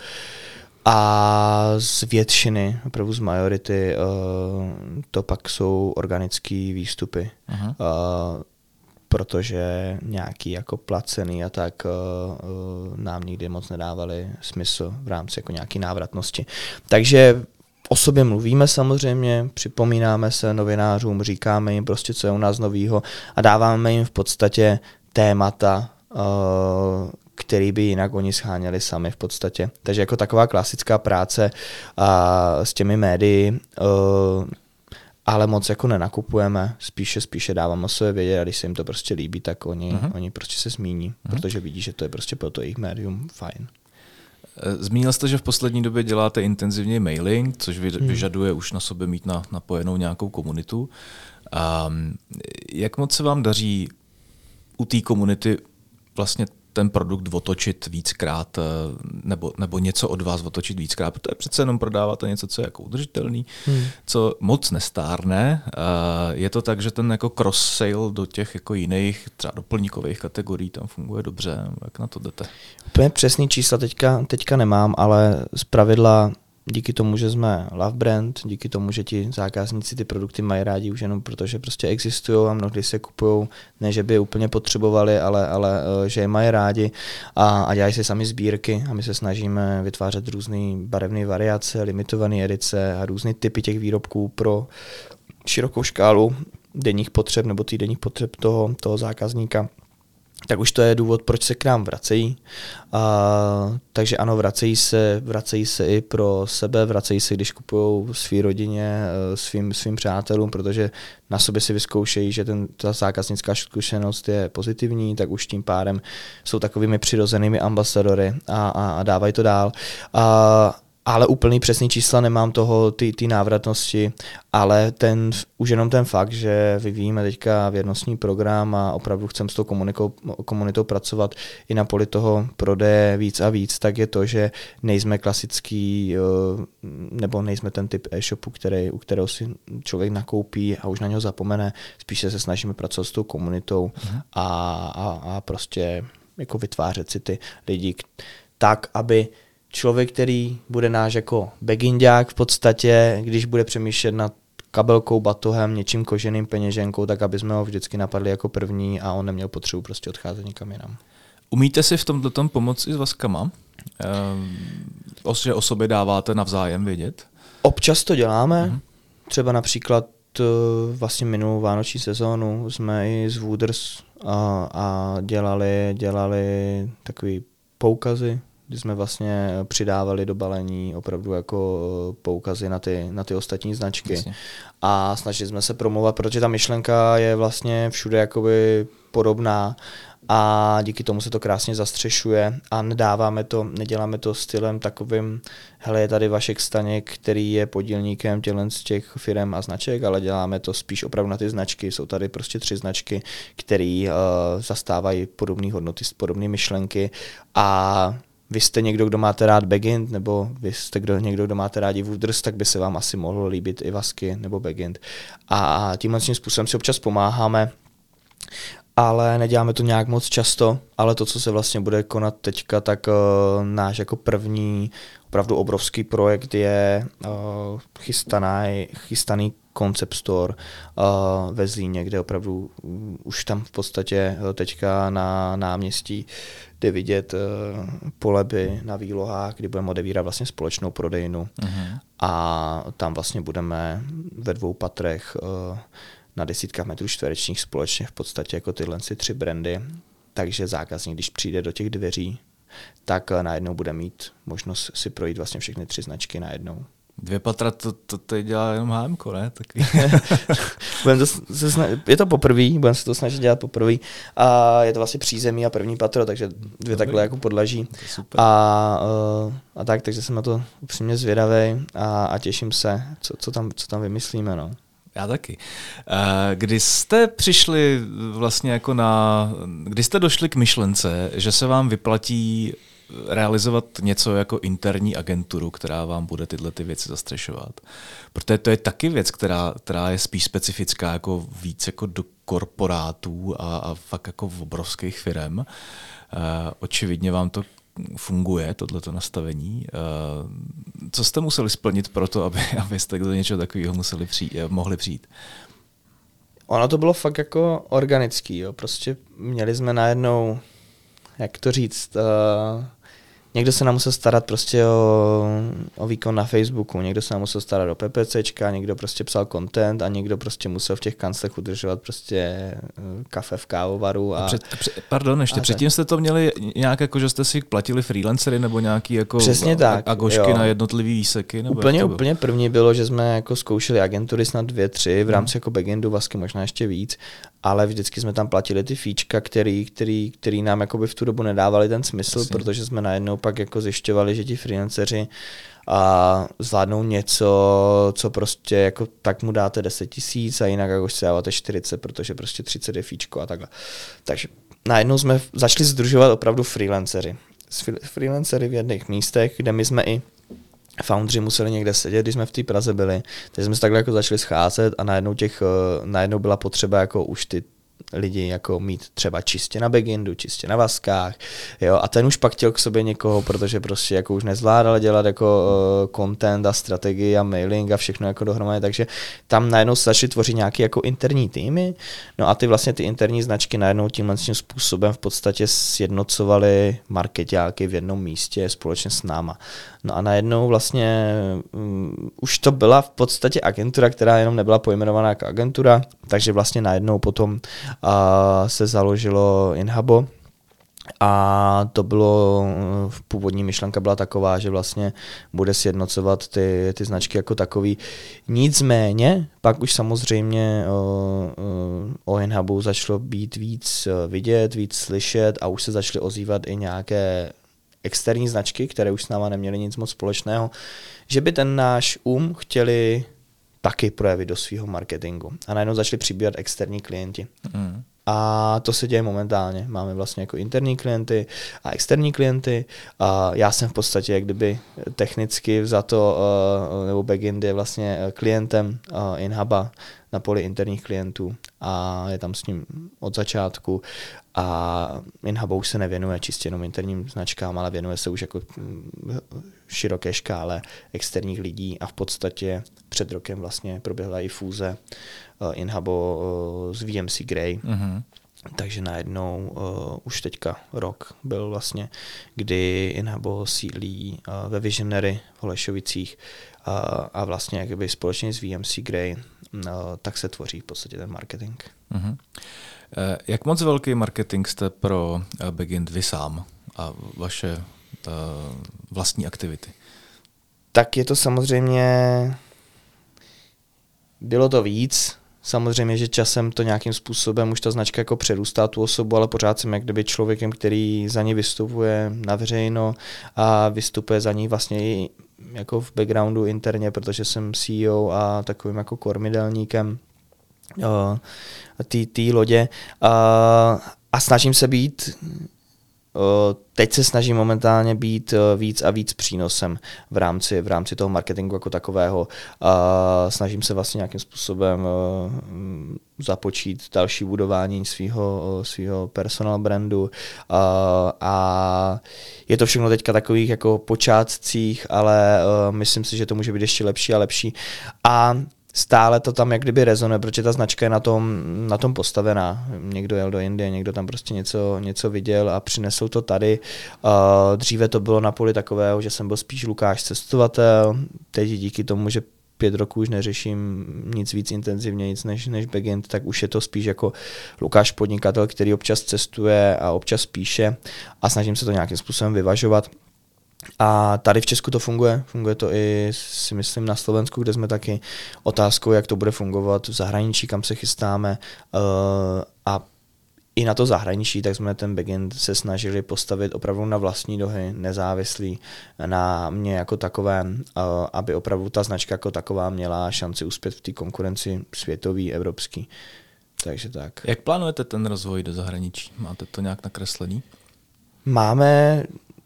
A z většiny, opravdu z majority, to pak jsou organické výstupy. Uh-huh. Protože nějaký jako placený a tak uh, nám nikdy moc nedávali smysl v rámci jako nějaký návratnosti. Takže o sobě mluvíme samozřejmě, připomínáme se novinářům, říkáme jim prostě, co je u nás novýho a dáváme jim v podstatě témata, uh, který by jinak oni scháněli sami v podstatě. Takže jako taková klasická práce uh, s těmi médii, uh, ale moc jako nenakupujeme, spíše spíše dáváme své vědět a když se jim to prostě líbí, tak oni, uh-huh. oni prostě se zmíní, uh-huh. protože vidí, že to je prostě pro to jejich médium fajn. Zmínil jste, že v poslední době děláte intenzivně mailing, což vyžaduje hmm. už na sobě mít na, napojenou nějakou komunitu. Um, jak moc se vám daří u té komunity vlastně ten produkt otočit víckrát nebo, nebo něco od vás otočit víckrát, protože přece jenom prodáváte něco, co je jako udržitelný, hmm. co moc nestárne. Je to tak, že ten jako cross-sale do těch jako jiných třeba doplňkových kategorií tam funguje dobře. Jak na to jdete? Úplně přesný čísla teďka, teďka nemám, ale zpravidla díky tomu, že jsme love brand, díky tomu, že ti zákazníci ty produkty mají rádi už jenom protože prostě existují a mnohdy se kupují, ne že by je úplně potřebovali, ale, ale že je mají rádi a, a dělají si sami sbírky a my se snažíme vytvářet různé barevné variace, limitované edice a různé typy těch výrobků pro širokou škálu denních potřeb nebo týdenních potřeb toho, toho zákazníka. Tak už to je důvod, proč se k nám vracejí. A, takže ano, vracejí se, vracejí se i pro sebe, vracejí se, když kupují své rodině, svým, svým přátelům, protože na sobě si vyzkoušejí, že ten, ta zákaznická zkušenost je pozitivní, tak už tím pádem jsou takovými přirozenými ambasadory a, a, a dávají to dál. A, ale úplný přesný čísla nemám toho, ty, ty návratnosti, ale ten, už jenom ten fakt, že vyvíjíme teďka věrnostní program a opravdu chceme s tou komunitou, komunitou pracovat i na poli toho prodeje víc a víc, tak je to, že nejsme klasický, nebo nejsme ten typ e-shopu, který, u kterého si člověk nakoupí a už na něho zapomene, spíše se snažíme pracovat s tou komunitou mhm. a, a, a prostě jako vytvářet si ty lidi tak, aby člověk, který bude náš jako backendák v podstatě, když bude přemýšlet nad kabelkou, batohem, něčím koženým, peněženkou, tak aby jsme ho vždycky napadli jako první a on neměl potřebu prostě odcházet někam jinam. Umíte si v tomto tom pomoct i s vaskama? E, že o sobě dáváte navzájem vědět? Občas to děláme. Mhm. Třeba například vlastně minulou vánoční sezónu jsme i z Wooders a, a dělali, dělali takový poukazy, kdy jsme vlastně přidávali do balení opravdu jako poukazy na ty, na ty ostatní značky. Jasně. A snažili jsme se promovat, protože ta myšlenka je vlastně všude jakoby podobná a díky tomu se to krásně zastřešuje a nedáváme to, neděláme to stylem takovým, hele, je tady Vašek Staněk, který je podílníkem tělen z těch firem a značek, ale děláme to spíš opravdu na ty značky. Jsou tady prostě tři značky, které uh, zastávají podobné hodnoty, podobné myšlenky a vy jste někdo, kdo máte rád backend, nebo vy jste kdo, někdo, kdo máte rádi Wooders, tak by se vám asi mohlo líbit i vasky nebo backend. A tímhle způsobem si občas pomáháme, ale neděláme to nějak moc často, ale to, co se vlastně bude konat teďka, tak uh, náš jako první opravdu obrovský projekt je uh, chystaný, chystaný concept store uh, ve Zlíně, kde opravdu uh, už tam v podstatě uh, teďka na náměstí jde vidět uh, poleby na výlohách, kdy budeme odevírat vlastně společnou prodejnu uh-huh. a tam vlastně budeme ve dvou patrech uh, na desítkách metrů čtverečních společně v podstatě jako tyhle tři brandy, takže zákazník, když přijde do těch dveří, tak najednou bude mít možnost si projít vlastně všechny tři značky najednou. Dvě patra, to, to teď dělá jenom há emko, ne? Taky. to se snažit, je to poprvý, budeme se to snažit dělat poprvý a je to vlastně přízemí a první patro, takže dvě Dobrý. Takhle jako podlaží. A, a tak, takže jsem na to upřímně zvědavej a, a těším se, co, co, tam, co tam vymyslíme, no. Já taky. Kdy jste přišli vlastně jako na, kdy jste došli k myšlence, že se vám vyplatí realizovat něco jako interní agenturu, která vám bude tyhle ty věci zastřešovat? Protože to je taky věc, která, která je spíš specifická jako víc jako do korporátů a, a fakt jako v obrovských firem. Očividně vám to funguje, tohleto nastavení. Co jste museli splnit pro to, aby, abyste do něčeho takového museli přijít, mohli přijít? Ono to bylo fakt jako organický. Jo. Prostě měli jsme najednou, jak to říct, uh, někdo se nám musel starat prostě o, o výkon na Facebooku, někdo se nám musel starat o PPCčka, někdo prostě psal content a někdo prostě musel v těch kanclech udržovat prostě kafe v kávovaru. A, a před, před, pardon, ještě a předtím jste to měli nějak jako, že jste si platili freelancery nebo nějaký jako Přesně tak, agošky jo. na jednotlivý výseky? Nebo úplně, úplně první bylo, že jsme jako zkoušeli agentury snad dvě, tři v rámci hmm. jako backendu, vasky možná ještě víc, ale vždycky jsme tam platili ty fíčka, který, který, který nám jakoby v tu dobu nedávali ten smysl, Jasně. protože jsme najednou pak jako zjišťovali, že ti freelanceři a zvládnou něco, co prostě jako tak mu dáte deset tisíc a jinak jako si dáváte čtyřicet, protože prostě třicet je fíčko a takhle. Takže najednou jsme začali sdružovat opravdu freelancery. Freelancery v jedných místech, kde my jsme i foundři museli někde sedět, když jsme v té Praze byli, takže jsme se takhle jako začali scházet a najednou, těch, najednou byla potřeba jako už ty lidi jako mít třeba čistě na backendu, čistě na vaskách, jo, a ten už pak chtěl k sobě někoho, protože prostě jako už nezvládal dělat jako uh, content a strategii a mailing a všechno jako dohromady, takže tam najednou se začali tvořit nějaké jako interní týmy, no a ty vlastně ty interní značky najednou tímhle způsobem v podstatě sjednocovaly markeťáky v jednom místě společně s náma. No a najednou vlastně um, už to byla v podstatě agentura, která jenom nebyla pojmenovaná jako agentura, takže vlastně najednou potom uh, se založilo Inhabo a to bylo, původní myšlenka byla taková, že vlastně bude sjednocovat ty, ty značky jako takový. Nicméně, pak už samozřejmě uh, uh, o Inhabu začalo být víc vidět, víc slyšet a už se začaly ozývat i nějaké externí značky, které už s náma neměly nic moc společného, že by ten náš um chtěli taky projevit do svého marketingu. A najednou začali přibývat externí klienti. Mm. A to se děje momentálně. Máme vlastně jako interní klienty a externí klienty. A já jsem v podstatě jak kdyby technicky za to, nebo backend je vlastně klientem Inhaba na poli interních klientů. a je tam s ním od začátku a Inhabo už se nevěnuje čistě jenom interním značkám, ale věnuje se už jako široké škále externích lidí a v podstatě před rokem vlastně proběhla i fúze Inhabo s V M C Grey. Mm-hmm. Takže najednou uh, už teďka rok byl vlastně, kdy Inhabo sídlí uh, ve Visionary v Holešovicích uh, a vlastně jakoby společně s V M C Grey uh, tak se tvoří v podstatě ten marketing. Uh-huh. Eh, jak moc velký marketing jste pro uh, Begint vy sám a vaše uh, vlastní aktivity? Tak je to samozřejmě, bylo to víc. Samozřejmě, že časem to nějakým způsobem už ta značka jako přerůstá tu osobu, ale pořád jsem jak kdyby člověkem, který za ní vystupuje na veřejno a vystupuje za ní vlastně i jako v backgroundu interně, protože jsem C E O a takovým jako kormidelníkem té lodě a, a snažím se být teď se snažím momentálně být víc a víc přínosem v rámci, v rámci toho marketingu jako takového. A snažím se vlastně nějakým způsobem započít další budování svého svého personal brandu. A, a je to všechno teďka takových jako počátcích, ale myslím si, že to může být ještě lepší a lepší. A stále to tam jak kdyby rezonuje, protože ta značka je na tom, na tom postavená. Někdo jel do Indie, někdo tam prostě něco, něco viděl a přinesl to tady. Uh, dříve to bylo na poli takového, že jsem byl spíš Lukáš cestovatel. Teď díky tomu, že pět roků už neřeším nic víc intenzivně, nic než, než Begint, tak už je to spíš jako Lukáš podnikatel, který občas cestuje a občas píše a snažím se to nějakým způsobem vyvažovat. A tady v Česku to funguje, funguje to i si myslím na Slovensku, kde jsme taky otázkou, jak to bude fungovat v zahraničí, kam se chystáme uh, a i na to zahraničí, tak jsme ten Begint se snažili postavit opravdu na vlastní nohy, nezávislý na mě jako takovém, uh, aby opravdu ta značka jako taková měla šanci uspět v té konkurenci světový, evropský. Takže tak. Jak plánujete ten rozvoj do zahraničí? Máte to nějak nakreslený? Máme...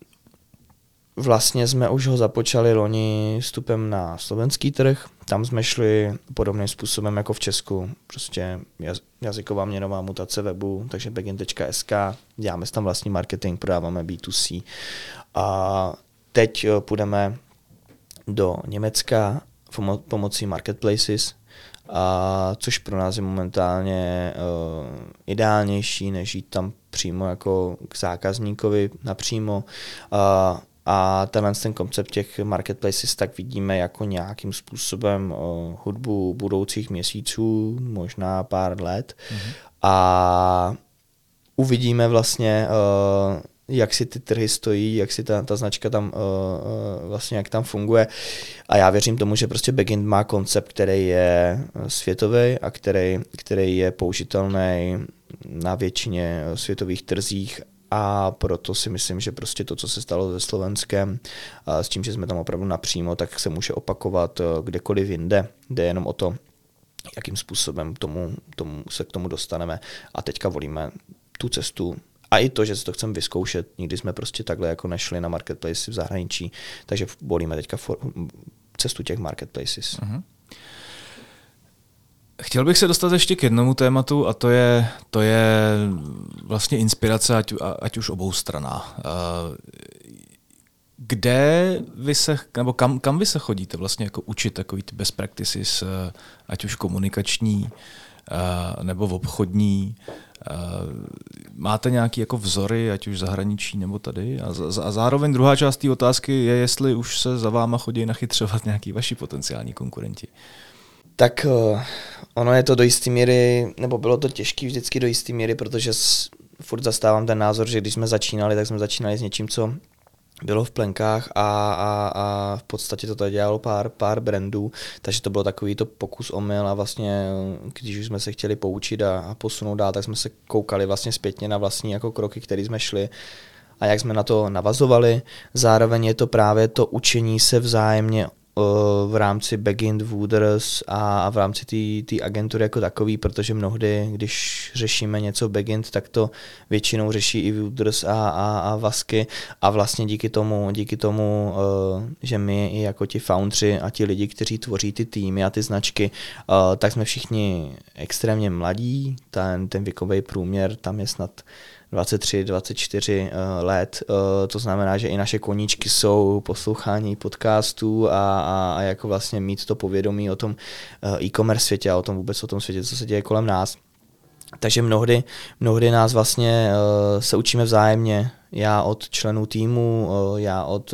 Vlastně jsme už ho započali loni vstupem na slovenský trh. Tam jsme šli podobným způsobem jako v Česku. Prostě jazyková měnová mutace webu, takže begint tečka es ká. Děláme tam vlastní marketing, prodáváme B dva C. A teď půjdeme do Německa pomocí marketplaces, a což pro nás je momentálně uh, ideálnější, než jít tam přímo jako k zákazníkovi napřímo. Uh, A tenhle ten koncept těch marketplaces tak vidíme jako nějakým způsobem uh, hudbu budoucích měsíců, možná pár let. Mm-hmm. A uvidíme vlastně, uh, jak si ty trhy stojí, jak si ta, ta značka tam uh, uh, vlastně jak tam funguje. A já věřím tomu, že prostě Begint má koncept, který je světový a který, který je použitelný na většině světových trzích. A proto si myslím, že prostě to, co se stalo se Slovenskem, s tím, že jsme tam opravdu napřímo, tak se může opakovat kdekoliv jinde. Jde jenom o to, jakým způsobem tomu, tomu se k tomu dostaneme. A teďka volíme tu cestu. A i to, že si to chceme vyzkoušet. Nikdy jsme prostě takhle jako nešli na marketplace v zahraničí, takže volíme teďka for, cestu těch marketplaces. Uh-huh. Chtěl bych se dostat ještě k jednomu tématu a to je, to je vlastně inspirace, ať, ať už oboustraná. Kde vy se, nebo kam, kam vy se chodíte vlastně jako učit takový ty best practices, ať už komunikační nebo obchodní? Máte nějaké jako vzory, ať už zahraničí nebo tady? A, z, a zároveň druhá část té otázky je, jestli už se za váma chodí nachytřovat nějaký vaši potenciální konkurenti. Tak ono je to do jisté míry, nebo bylo to těžké vždycky do jisté míry, protože s, furt zastávám ten názor, že když jsme začínali, tak jsme začínali s něčím, co bylo v plenkách a, a, a v podstatě to tady dělalo pár, pár brandů, takže to bylo takový to pokus omyl a vlastně, když už jsme se chtěli poučit a, a posunout dál, tak jsme se koukali vlastně zpětně na vlastní jako kroky, které jsme šli a jak jsme na to navazovali. Zároveň je to právě to učení se vzájemně v rámci Backend Wooders a v rámci té agentury jako takový, protože mnohdy, když řešíme něco Backend, tak to většinou řeší i Wooders a, a, a Vasky a vlastně díky tomu, díky tomu, že my i jako ti foundři a ti lidi, kteří tvoří ty týmy a ty značky, tak jsme všichni extrémně mladí, ten, ten věkový průměr tam je snad dvacet tři, dvacet čtyři let, to znamená, že i naše koníčky jsou poslouchání podcastů a, a, a jako vlastně mít to povědomí o tom e-commerce světě a o tom vůbec o tom světě, co se děje kolem nás. Takže mnohdy, mnohdy nás vlastně se učíme vzájemně, já od členů týmu, já od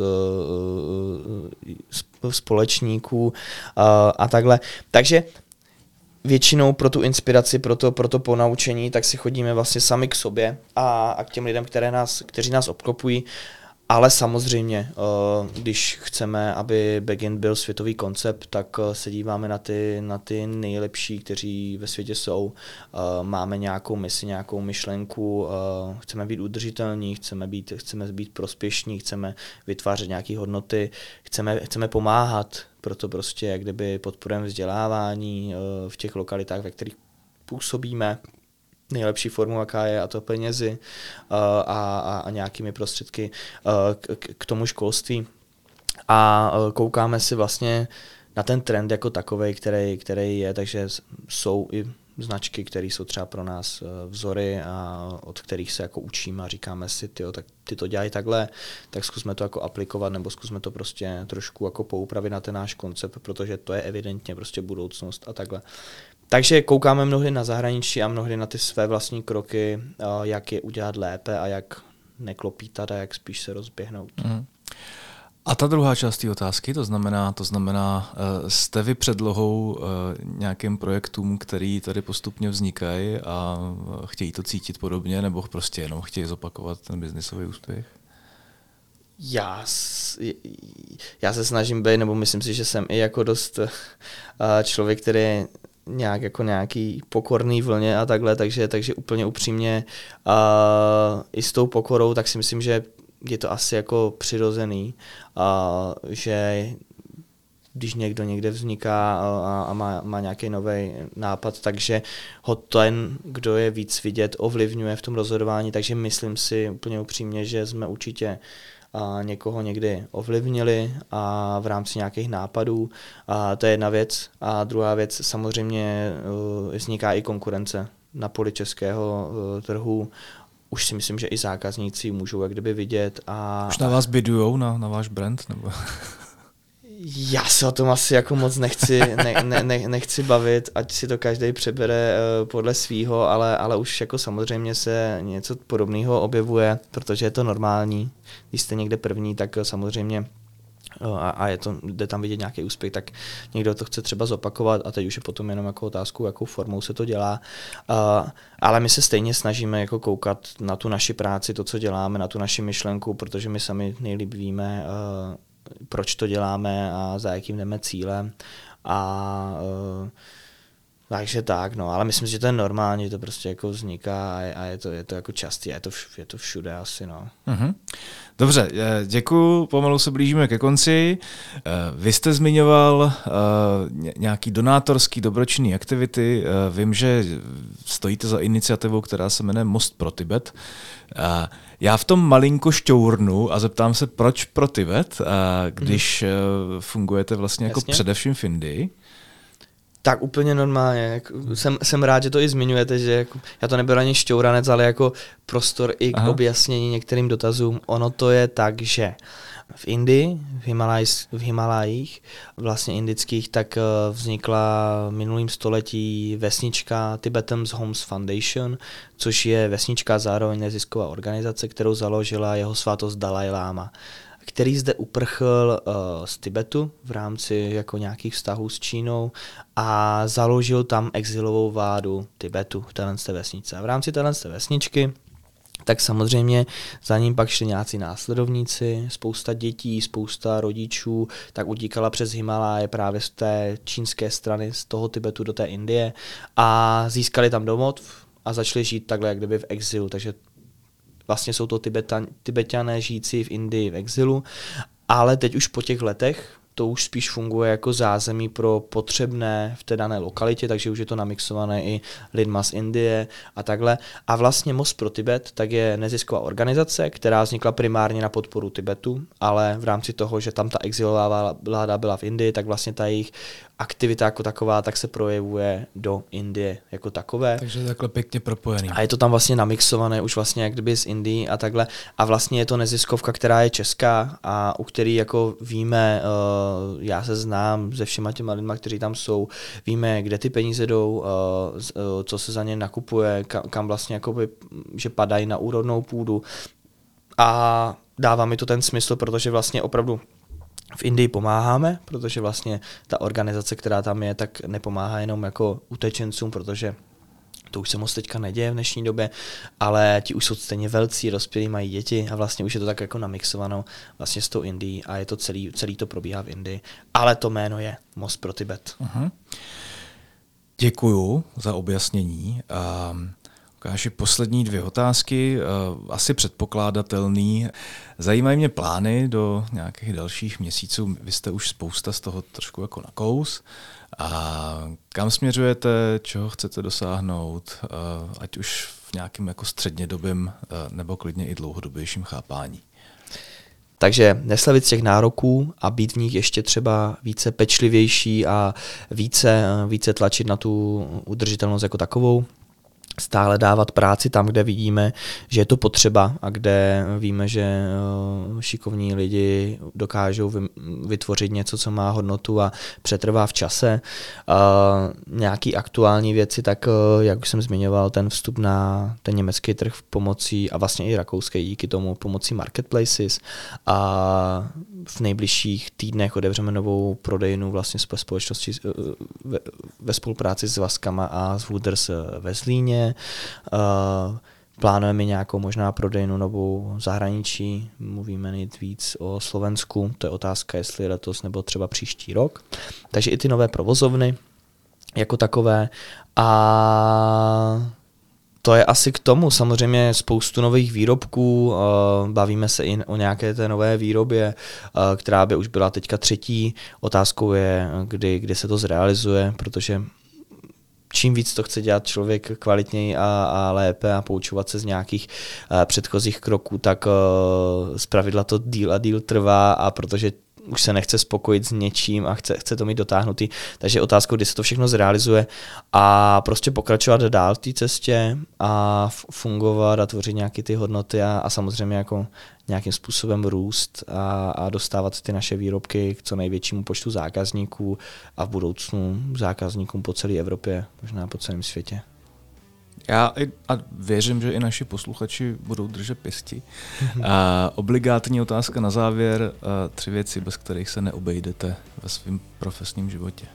společníků a takhle. Takže většinou pro tu inspiraci, pro to, pro to ponaučení, tak si chodíme vlastně sami k sobě a, a k těm lidem, které nás, kteří nás obklopují. Ale samozřejmě, když chceme, aby Backend byl světový koncept, tak se díváme na ty, na ty nejlepší, kteří ve světě jsou. Máme nějakou misi, nějakou myšlenku, chceme být udržitelní, chceme být, chceme být prospěšní, chceme vytvářet nějaké hodnoty, chceme, chceme pomáhat, proto prostě jak kdyby podporujeme vzdělávání v těch lokalitách, ve kterých působíme. Nejlepší formu, jaká je, a to penězi uh, a, a, a nějakými prostředky uh, k, k tomu školství. A uh, koukáme si vlastně na ten trend jako takovej, který, který je, takže jsou i značky, které jsou třeba pro nás uh, vzory a od kterých se jako učíme a říkáme si, tyjo, tak ty to dělají takhle, tak zkusme to jako aplikovat nebo zkusme to prostě trošku jako poupravit na ten náš koncept, protože to je evidentně prostě budoucnost a takhle. Takže koukáme mnohdy na zahraničí a mnohdy na ty své vlastní kroky, jak je udělat lépe a jak neklopítat a jak spíš se rozběhnout. Mm. A ta druhá část té otázky, to znamená, to znamená, jste vy předlohou nějakým projektům, který tady postupně vznikají a chtějí to cítit podobně, nebo prostě jenom chtějí zopakovat ten biznisový úspěch? Já, já se snažím být, nebo myslím si, že jsem i jako dost člověk, který nějak jako nějaký pokorný vlně a takhle, takže, takže úplně upřímně uh, i s tou pokorou, tak si myslím, že je to asi jako přirozený, uh, že když někdo někde vzniká a, a má, má nějaký nový nápad, takže ho ten, kdo je víc vidět, ovlivňuje v tom rozhodování, takže myslím si úplně upřímně, že jsme určitě a někoho někdy ovlivnili a v rámci nějakých nápadů. A to je jedna věc. A druhá věc, samozřejmě uh, vzniká i konkurence na poli českého uh, trhu. Už si myslím, že i zákazníci můžou jak kdyby vidět. A, Už na vás bidujou, na, na váš brand? Nebo? Já se o tom asi jako moc nechci, ne, ne, ne, nechci bavit, ať si to každý přebere uh, podle svýho, ale, ale už jako samozřejmě se něco podobného objevuje, protože je to normální. Když jste někde první, tak samozřejmě uh, a, a je to, jde tam vidět nějaký úspěch, tak někdo to chce třeba zopakovat a teď už je potom jenom jako otázku, jakou formou se to dělá. Uh, ale my se stejně snažíme jako koukat na tu naši práci, to, co děláme, na tu naši myšlenku, protože my sami nejlíp víme, uh, proč to děláme a za jakým jdeme cílem. A uh, takže tak, no, ale myslím si, že to je normální, že to prostě jako vzniká a, a je, to, je to jako častý, je to, je to všude asi, no. Mm-hmm. Dobře, děkuju, pomalu se blížíme ke konci. Vy jste zmiňoval nějaký donátorský dobročinný aktivity. Vím, že stojíte za iniciativou, která se jmenuje Most pro Tibet. Já v tom malinko šťournu a zeptám se, proč pro Tibet, když mm. fungujete vlastně jako Jasně. především v Indii. Tak úplně normálně. Jsem, jsem rád, že to i zmiňujete, že jako, já to neberu ani šťouranec, ale jako prostor i k Aha. objasnění některým dotazům. Ono to je tak, že v Indii, v, Himalajs, v Himalajích, vlastně indických, tak vznikla v minulém století vesnička Tibetan's Homes Foundation, což je vesnička zároveň nezisková organizace, kterou založila jeho svátost Dalaj Lama, který zde uprchl uh, z Tibetu v rámci jako nějakých vztahů s Čínou a založil tam exilovou vládu Tibetu v této vesnice. A v rámci této vesničky tak samozřejmě za ním pak šli nějací následovníci, spousta dětí, spousta rodičů, tak utíkala přes Himaláje právě z té čínské strany, z toho Tibetu do té Indie a získali tam domov a začali žít takhle jak kdyby v exilu, takže vlastně jsou to Tibetan, Tibetané žijící v Indii v exilu, ale teď už po těch letech to už spíš funguje jako zázemí pro potřebné v té dané lokalitě, takže už je to namixované i lidma z Indie a takhle. A vlastně Most pro Tibet tak je nezisková organizace, která vznikla primárně na podporu Tibetu, ale v rámci toho, že tam ta exilová vláda byla v Indii, tak vlastně ta jejich aktivita jako taková tak se projevuje do Indie jako takové. Takže takhle pěkně propojený. A je to tam vlastně namixované už vlastně jak kdyby z Indii a takhle. A vlastně je to neziskovka, která je česká a u který jako víme, uh, já se znám se všema těma lidma, kteří tam jsou, víme, kde ty peníze jdou, uh, uh, co se za ně nakupuje, kam, kam vlastně jakoby, že padají na úrodnou půdu. A dává mi to ten smysl, protože vlastně opravdu v Indii pomáháme, protože vlastně ta organizace, která tam je, tak nepomáhá jenom jako utečencům, protože to už se moc teďka neděje v dnešní době, ale ti už jsou stejně velcí, dospělí, mají děti a vlastně už je to tak jako namixovanou vlastně s tou Indií a je to celý, celý to probíhá v Indii. Ale to jméno je Most pro Tibet. Uh-huh. Děkuju za objasnění. Um... Ukáži poslední dvě otázky, asi předpokládatelný. Zajímají mě plány do nějakých dalších měsíců. Vy jste už spousta z toho trošku jako nakous. A kam směřujete, čeho chcete dosáhnout, ať už v nějakém jako střednědobém nebo klidně i dlouhodobějším chápání? Takže neslevit z těch nároků a být v nich ještě třeba více pečlivější a více, více tlačit na tu udržitelnost jako takovou. Stále dávat práci tam, kde vidíme, že je to potřeba a kde víme, že šikovní lidi dokážou vytvořit něco, co má hodnotu a přetrvá v čase. Nějaký aktuální věci, tak jak už jsem zmiňoval, ten vstup na ten německý trh pomocí a vlastně i rakouský díky tomu pomocí marketplaces a v nejbližších týdnech otevřeme novou prodejnu vlastně ve společnosti ve, ve spolupráci s Vaskama a s Wooders ve Zlíně. Uh, plánujeme nějakou možná prodejnu novou v zahraničí, mluvíme nejvíc o Slovensku, to je otázka, jestli letos nebo třeba příští rok. Takže i ty nové provozovny jako takové a to je asi k tomu. Samozřejmě spoustu nových výrobků, bavíme se i o nějaké té nové výrobě, která by už byla teďka třetí. Otázkou je, kdy, kdy se to zrealizuje, protože čím víc to chce dělat člověk kvalitněji a, a lépe a poučovat se z nějakých uh, předchozích kroků, tak uh, zpravidla to díl a díl trvá a protože už se nechce spokojit s něčím a chce, chce to mít dotáhnutý. Takže otázkou, kdy se to všechno zrealizuje a prostě pokračovat dál v té cestě a fungovat a tvořit nějaké ty hodnoty a, a samozřejmě jako nějakým způsobem růst a, a dostávat ty naše výrobky k co největšímu počtu zákazníků a v budoucnu zákazníkům po celé Evropě, možná po celém světě. Já i, a věřím, že i naši posluchači budou držet pěsti. A obligátní otázka na závěr, tři věci, bez kterých se neobejdete ve svém profesním životě.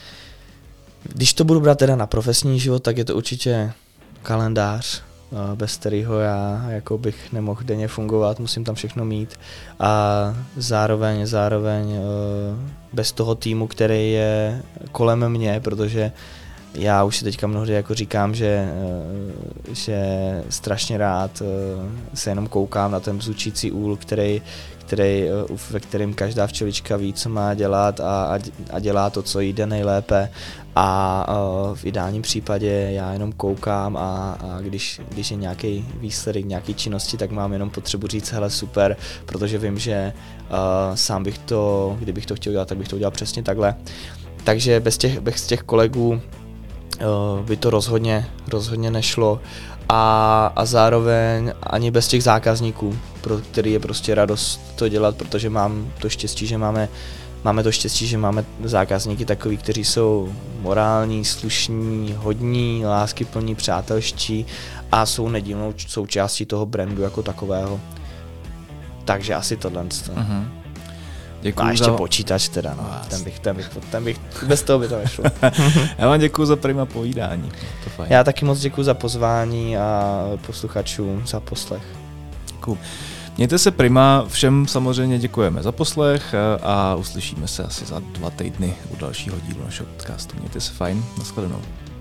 Když to budu brát teda na profesní život, tak je to určitě kalendář, bez kterého já jako bych nemohl denně fungovat, musím tam všechno mít a zároveň, zároveň bez toho týmu, který je kolem mě, protože já už si teďka mnohdy jako říkám, že, že strašně rád se jenom koukám na ten bzučící úl, který, který, ve kterém každá včelička ví, co má dělat a, a dělá to, co jí jde nejlépe. A v ideálním případě já jenom koukám a, a když, když je nějaký výsledek, nějaký činnosti, tak mám jenom potřebu říct, hele super, protože vím, že uh, sám bych to, kdybych to chtěl dělat, tak bych to udělal přesně takhle. Takže bez těch, bez těch kolegů by to rozhodně, rozhodně nešlo a, a zároveň ani bez těch zákazníků, pro který je prostě radost to dělat, protože mám to štěstí, že máme, máme to štěstí, že máme zákazníky takový, kteří jsou morální, slušní, hodní, láskyplní, přátelští a jsou nedílnou součástí toho brandu jako takového. Takže asi tohle. Uh-huh. Děkuju a ještě za... počítač teda, no. ten, bych, ten, bych, ten bych, bez toho by to nešlo. Já vám děkuju za prima povídání. To fajn. Já taky moc děkuju za pozvání a posluchačům za poslech. Děkuju. Mějte se prima, všem samozřejmě děkujeme za poslech a uslyšíme se asi za dva týdny u dalšího dílu našeho podcastu. Mějte se fajn, nashledanou.